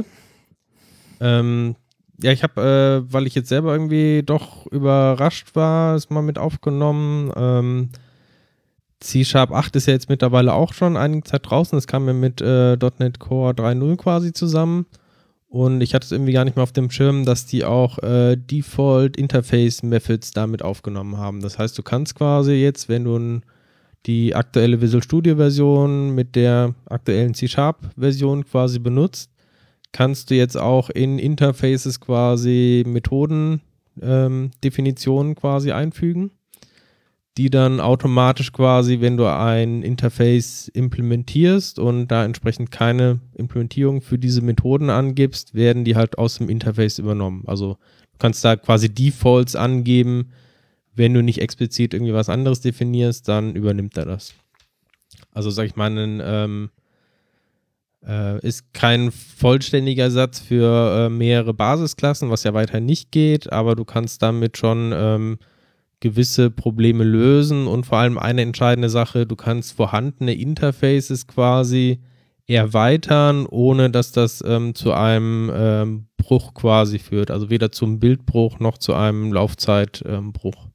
Ja, ich habe, weil ich jetzt selber irgendwie doch überrascht war, es mal mit aufgenommen. C# 8 ist ja jetzt mittlerweile auch schon einige Zeit draußen. Das kam ja mit .NET Core 3.0 quasi zusammen. Und ich hatte es irgendwie gar nicht mehr auf dem Schirm, dass die auch Default Interface Methods damit aufgenommen haben. Das heißt, du kannst quasi jetzt, wenn du die aktuelle Visual Studio Version mit der aktuellen C# Version quasi benutzt, kannst du jetzt auch in Interfaces quasi Methodendefinitionen quasi einfügen, die dann automatisch quasi, wenn du ein Interface implementierst und da entsprechend keine Implementierung für diese Methoden angibst, werden die halt aus dem Interface übernommen. Also du kannst da quasi Defaults angeben, wenn du nicht explizit irgendwie was anderes definierst, dann übernimmt er das. Also sag ich mal, ist kein vollständiger Satz für mehrere Basisklassen, was ja weiter nicht geht, aber du kannst damit schon gewisse Probleme lösen und vor allem eine entscheidende Sache, du kannst vorhandene Interfaces quasi erweitern, ohne dass das zu einem Bruch quasi führt. Also weder zum Bildbruch noch zu einem Laufzeitbruch.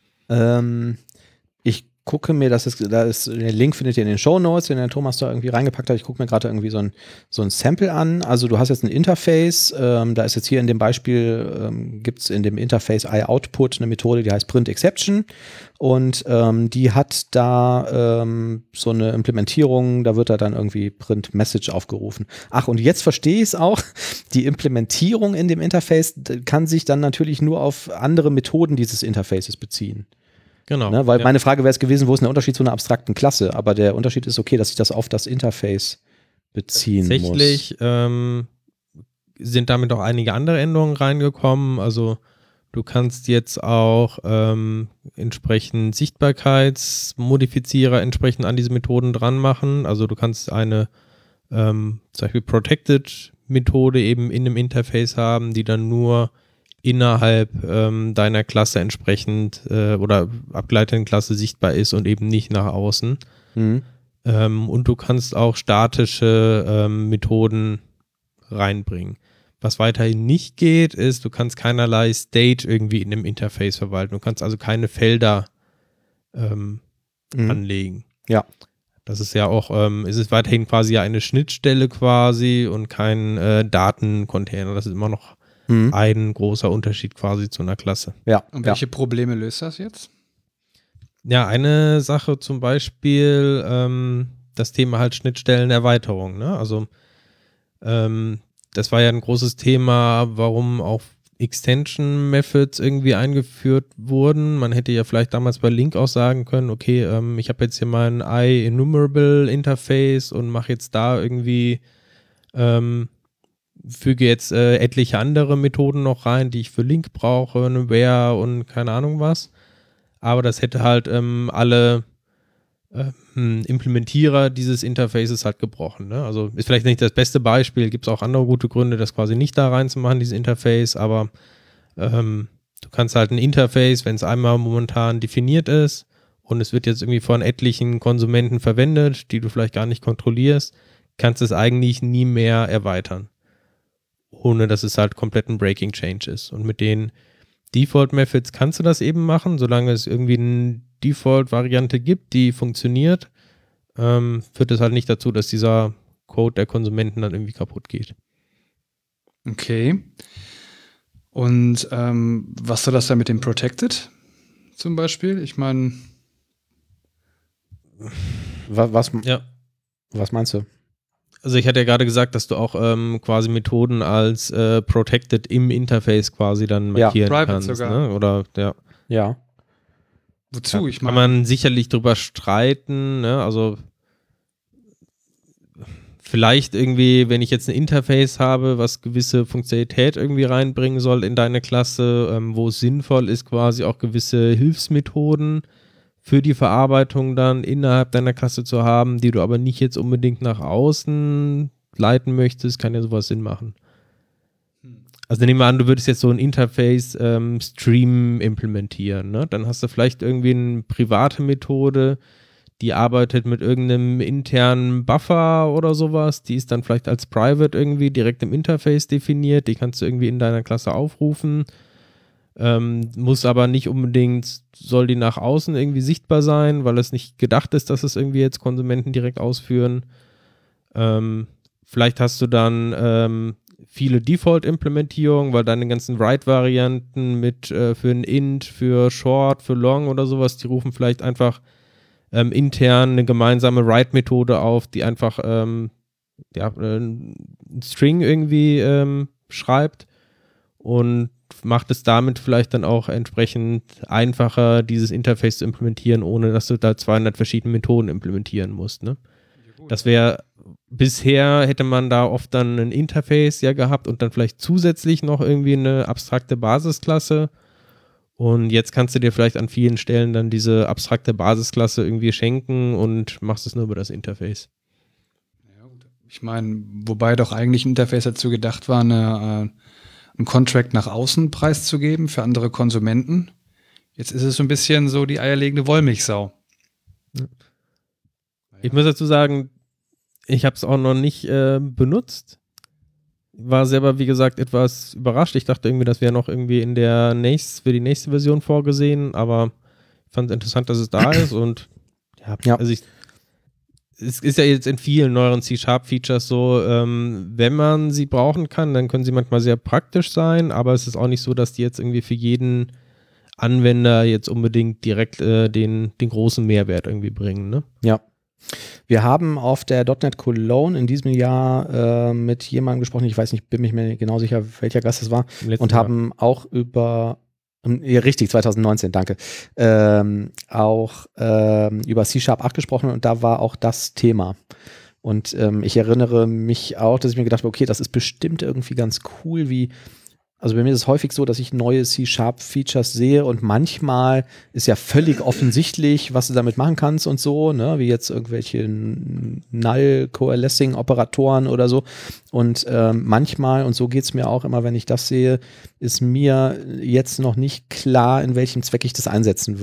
Ich gucke mir, der Link findet ihr in den Shownotes, den der Thomas da irgendwie reingepackt hat. Ich gucke mir gerade irgendwie so ein Sample an. Also du hast jetzt ein Interface, da ist jetzt hier in dem Beispiel, gibt es in dem Interface iOutput eine Methode, die heißt printException und die hat da so eine Implementierung, da wird da dann irgendwie printMessage aufgerufen. Ach, und jetzt verstehe ich es auch, die Implementierung in dem Interface kann sich dann natürlich nur auf andere Methoden dieses Interfaces beziehen. Genau. Ne, weil meine Frage wäre es gewesen, wo ist der Unterschied zu einer abstrakten Klasse? Aber der Unterschied ist okay, dass ich das auf das Interface beziehen muss. Tatsächlich sind damit auch einige andere Änderungen reingekommen. Also du kannst jetzt auch entsprechend Sichtbarkeitsmodifizierer entsprechend an diese Methoden dran machen. Also du kannst eine zum Beispiel Protected-Methode eben in einem Interface haben, die dann nur innerhalb deiner Klasse entsprechend oder abgeleiteten Klasse sichtbar ist und eben nicht nach außen. Mhm. Und du kannst auch statische Methoden reinbringen. Was weiterhin nicht geht, ist, du kannst keinerlei State irgendwie in dem Interface verwalten. Du kannst also keine Felder anlegen. Ja. Das ist ja auch, ist es weiterhin quasi eine Schnittstelle quasi und kein Datencontainer. Das ist immer noch ein großer Unterschied quasi zu einer Klasse. Ja. Und welche Probleme löst das jetzt? Ja, eine Sache zum Beispiel, das Thema halt Schnittstellenerweiterung, ne? Also das war ja ein großes Thema, warum auch Extension Methods irgendwie eingeführt wurden. Man hätte ja vielleicht damals bei Link auch sagen können, okay, ich habe jetzt hier mein IEnumerable Interface und mache jetzt da irgendwie, füge jetzt etliche andere Methoden noch rein, die ich für Link brauche, eine Where und keine Ahnung was. Aber das hätte halt alle Implementierer dieses Interfaces halt gebrochen. Ne? Also ist vielleicht nicht das beste Beispiel, gibt es auch andere gute Gründe, das quasi nicht da reinzumachen, dieses Interface, aber du kannst halt ein Interface, wenn es einmal momentan definiert ist und es wird jetzt irgendwie von etlichen Konsumenten verwendet, die du vielleicht gar nicht kontrollierst, kannst du es eigentlich nie mehr erweitern, ohne dass es halt komplett ein Breaking Change ist. Und mit den Default Methods kannst du das eben machen, solange es irgendwie eine Default-Variante gibt, die funktioniert, führt es halt nicht dazu, dass dieser Code der Konsumenten dann irgendwie kaputt geht. Okay. Und was soll das dann mit dem Protected zum Beispiel? Ich meine. Was meinst du? Also ich hatte ja gerade gesagt, dass du auch quasi Methoden als Protected im Interface quasi dann markieren kannst. Sogar. Ne? Oder Ja. Wozu? Ja, Ich meine. kann man sicherlich drüber streiten, ne? Also vielleicht irgendwie, wenn ich jetzt ein Interface habe, was gewisse Funktionalität irgendwie reinbringen soll in deine Klasse, wo es sinnvoll ist, quasi auch gewisse Hilfsmethoden für die Verarbeitung dann innerhalb deiner Klasse zu haben, die du aber nicht jetzt unbedingt nach außen leiten möchtest, kann ja sowas Sinn machen. Also nehmen wir an, du würdest jetzt so ein Interface-Stream implementieren, ne? Dann hast du vielleicht irgendwie eine private Methode, die arbeitet mit irgendeinem internen Buffer oder sowas, die ist dann vielleicht als Private irgendwie direkt im Interface definiert, die kannst du irgendwie in deiner Klasse aufrufen, muss aber nicht unbedingt, soll die nach außen irgendwie sichtbar sein, weil es nicht gedacht ist, dass es irgendwie jetzt Konsumenten direkt ausführen. Vielleicht hast du dann viele Default-Implementierungen, weil deine ganzen Write-Varianten mit für ein Int, für Short, für Long oder sowas, die rufen vielleicht einfach intern eine gemeinsame Write-Methode auf, die einfach einen String irgendwie schreibt und macht es damit vielleicht dann auch entsprechend einfacher, dieses Interface zu implementieren, ohne dass du da 200 verschiedene Methoden implementieren musst. Ne? Das wäre, bisher hätte man da oft dann ein Interface ja gehabt und dann vielleicht zusätzlich noch irgendwie eine abstrakte Basisklasse. Und jetzt kannst du dir vielleicht an vielen Stellen dann diese abstrakte Basisklasse irgendwie schenken und machst es nur über das Interface. Ja, gut. Ich meine, wobei doch eigentlich ein Interface dazu gedacht war, einen Contract nach außen preiszugeben für andere Konsumenten. Jetzt ist es so ein bisschen so die eierlegende Wollmilchsau. Ich muss dazu sagen, ich habe es auch noch nicht benutzt. War selber, wie gesagt, etwas überrascht. Ich dachte irgendwie, das wäre noch irgendwie für die nächste Version vorgesehen, aber ich fand es interessant, dass es da ist und ja. Also es ist ja jetzt in vielen neueren C#-Features so, wenn man sie brauchen kann, dann können sie manchmal sehr praktisch sein, aber es ist auch nicht so, dass die jetzt irgendwie für jeden Anwender jetzt unbedingt direkt den großen Mehrwert irgendwie bringen, ne? Ja. Wir haben auf der .NET Cologne in diesem Jahr mit jemandem gesprochen, ich weiß nicht, bin mir nicht mehr genau sicher, welcher Gast es war, und haben auch über, ja, richtig, 2019, danke, auch über C#8 gesprochen und da war auch das Thema. Und ich erinnere mich auch, dass ich mir gedacht habe, okay, das ist bestimmt irgendwie ganz cool, also bei mir ist es häufig so, dass ich neue C#-Features sehe und manchmal ist ja völlig offensichtlich, was du damit machen kannst und so, ne, wie jetzt irgendwelche Null-Coalescing-Operatoren oder so. Und manchmal, und so geht es mir auch immer, wenn ich das sehe, ist mir jetzt noch nicht klar, in welchem Zweck ich das einsetzen würde.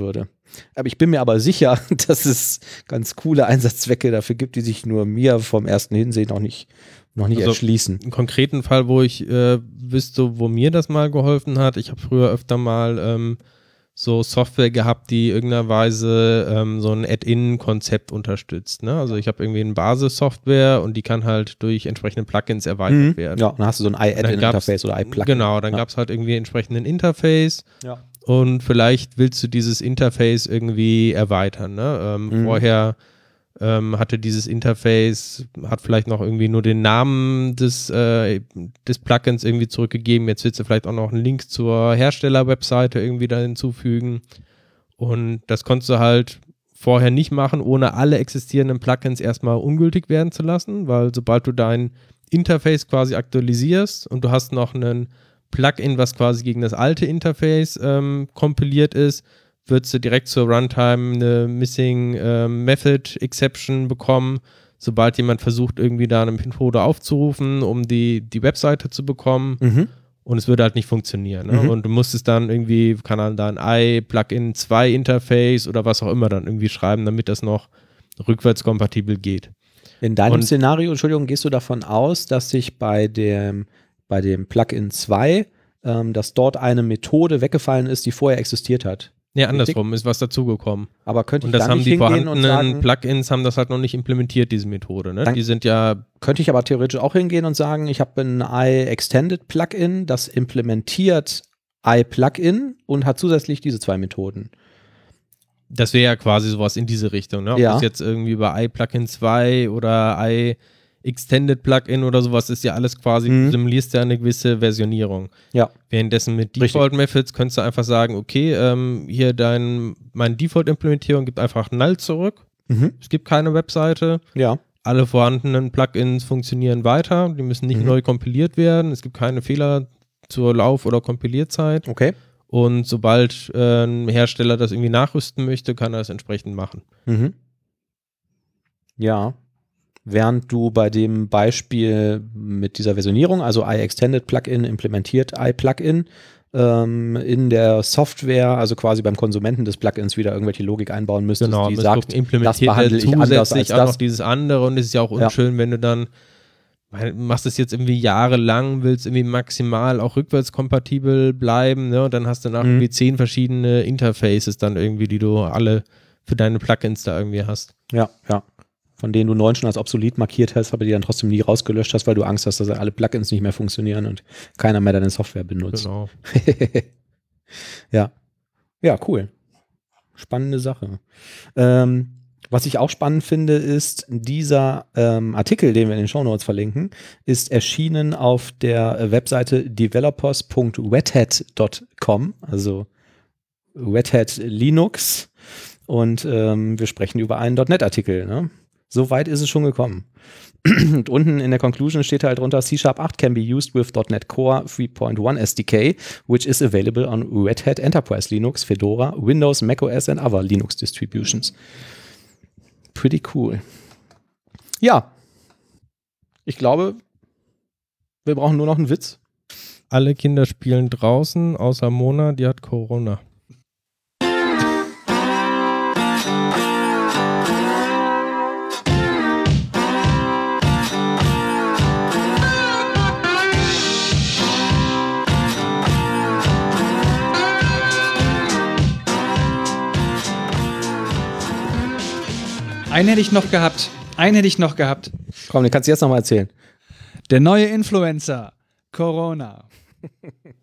Aber ich bin mir aber sicher, dass es ganz coole Einsatzzwecke dafür gibt, die sich nur mir vom ersten Hinsehen noch nicht erschließen. Einen konkreten Fall, wo ich wüsste, wo mir das mal geholfen hat. Ich habe früher öfter mal so Software gehabt, die irgendeiner Weise so ein Add-in-Konzept unterstützt. Ne? Also ich habe irgendwie eine Basissoftware und die kann halt durch entsprechende Plugins erweitert werden. Ja, dann hast du so ein i-Add-in-Interface oder i-Plugin. Genau, dann gab es halt irgendwie entsprechenden Interface. Ja. Und vielleicht willst du dieses Interface irgendwie erweitern. Ne? Vorher hatte dieses Interface, hat vielleicht noch irgendwie nur den Namen des Plugins irgendwie zurückgegeben. Jetzt willst du vielleicht auch noch einen Link zur Herstellerwebseite irgendwie da hinzufügen. Und das konntest du halt vorher nicht machen, ohne alle existierenden Plugins erstmal ungültig werden zu lassen, weil sobald du dein Interface quasi aktualisierst und du hast noch einen Plugin, was quasi gegen das alte Interface kompiliert ist, würdest du direkt zur Runtime eine Missing Method Exception bekommen, sobald jemand versucht, irgendwie da eine Methode aufzurufen, um die Webseite zu bekommen. Und es würde halt nicht funktionieren. Ne? Und du musstest dann irgendwie, kann dann da ein i-Plugin 2 Interface oder was auch immer dann irgendwie schreiben, damit das noch rückwärtskompatibel geht. In deinem Szenario, Entschuldigung, gehst du davon aus, dass sich bei dem Plugin 2, dass dort eine Methode weggefallen ist, die vorher existiert hat? Ja, andersrum ist was dazugekommen. Aber könnte ich und das da haben nicht die hingehen und vorhandenen sagen, Plugins haben das halt noch nicht implementiert, diese Methode. Ne? Die sind ja. Könnte ich aber theoretisch auch hingehen und sagen, ich habe ein i-Extended Plugin, das implementiert i-Plugin und hat zusätzlich diese zwei Methoden. Das wäre ja quasi sowas in diese Richtung. Ne? Ob das jetzt irgendwie über i-Plugin 2 oder i-Extended Plugin oder sowas ist ja alles quasi, du simulierst ja eine gewisse Versionierung. Ja. Währenddessen mit Default Methods könntest du einfach sagen, okay, hier meine Default-Implementierung gibt einfach Null zurück. Es gibt keine Webseite. Ja. Alle vorhandenen Plugins funktionieren weiter. Die müssen nicht neu kompiliert werden. Es gibt keine Fehler zur Lauf- oder Kompilierzeit. Okay. Und sobald ein Hersteller das irgendwie nachrüsten möchte, kann er das entsprechend machen. Ja. Während du bei dem Beispiel mit dieser Versionierung, also i-Extended Plugin implementiert i-Plugin, in der Software, also quasi beim Konsumenten des Plugins wieder irgendwelche Logik einbauen müsstest, die sagt, das behandle ich anders als auch das. noch dieses andere und es ist ja auch unschön, wenn du dann machst es jetzt irgendwie jahrelang, willst irgendwie maximal auch rückwärtskompatibel bleiben, ne? Und dann hast du nach irgendwie 10 verschiedene Interfaces dann irgendwie, die du alle für deine Plugins da irgendwie hast. Ja, ja. Von denen du 9 schon als obsolet markiert hast, aber die dann trotzdem nie rausgelöscht hast, weil du Angst hast, dass alle Plugins nicht mehr funktionieren und keiner mehr deine Software benutzt. Genau. Ja. Ja, cool. Spannende Sache. Was ich auch spannend finde, ist, dieser Artikel, den wir in den Shownotes verlinken, ist erschienen auf der Webseite developers.redhat.com, also Red Hat Linux. Und wir sprechen über einen .NET-Artikel. Ne? So weit ist es schon gekommen. Und unten in der Conclusion steht halt drunter, C# 8 can be used with .NET Core 3.1 SDK, which is available on Red Hat Enterprise Linux, Fedora, Windows, macOS and other Linux distributions. Pretty cool. Ja. Ich glaube, wir brauchen nur noch einen Witz. Alle Kinder spielen draußen, außer Mona, die hat Corona. Einen hätte ich noch gehabt. Komm, den kannst du jetzt nochmal erzählen. Der neue Influencer. Corona.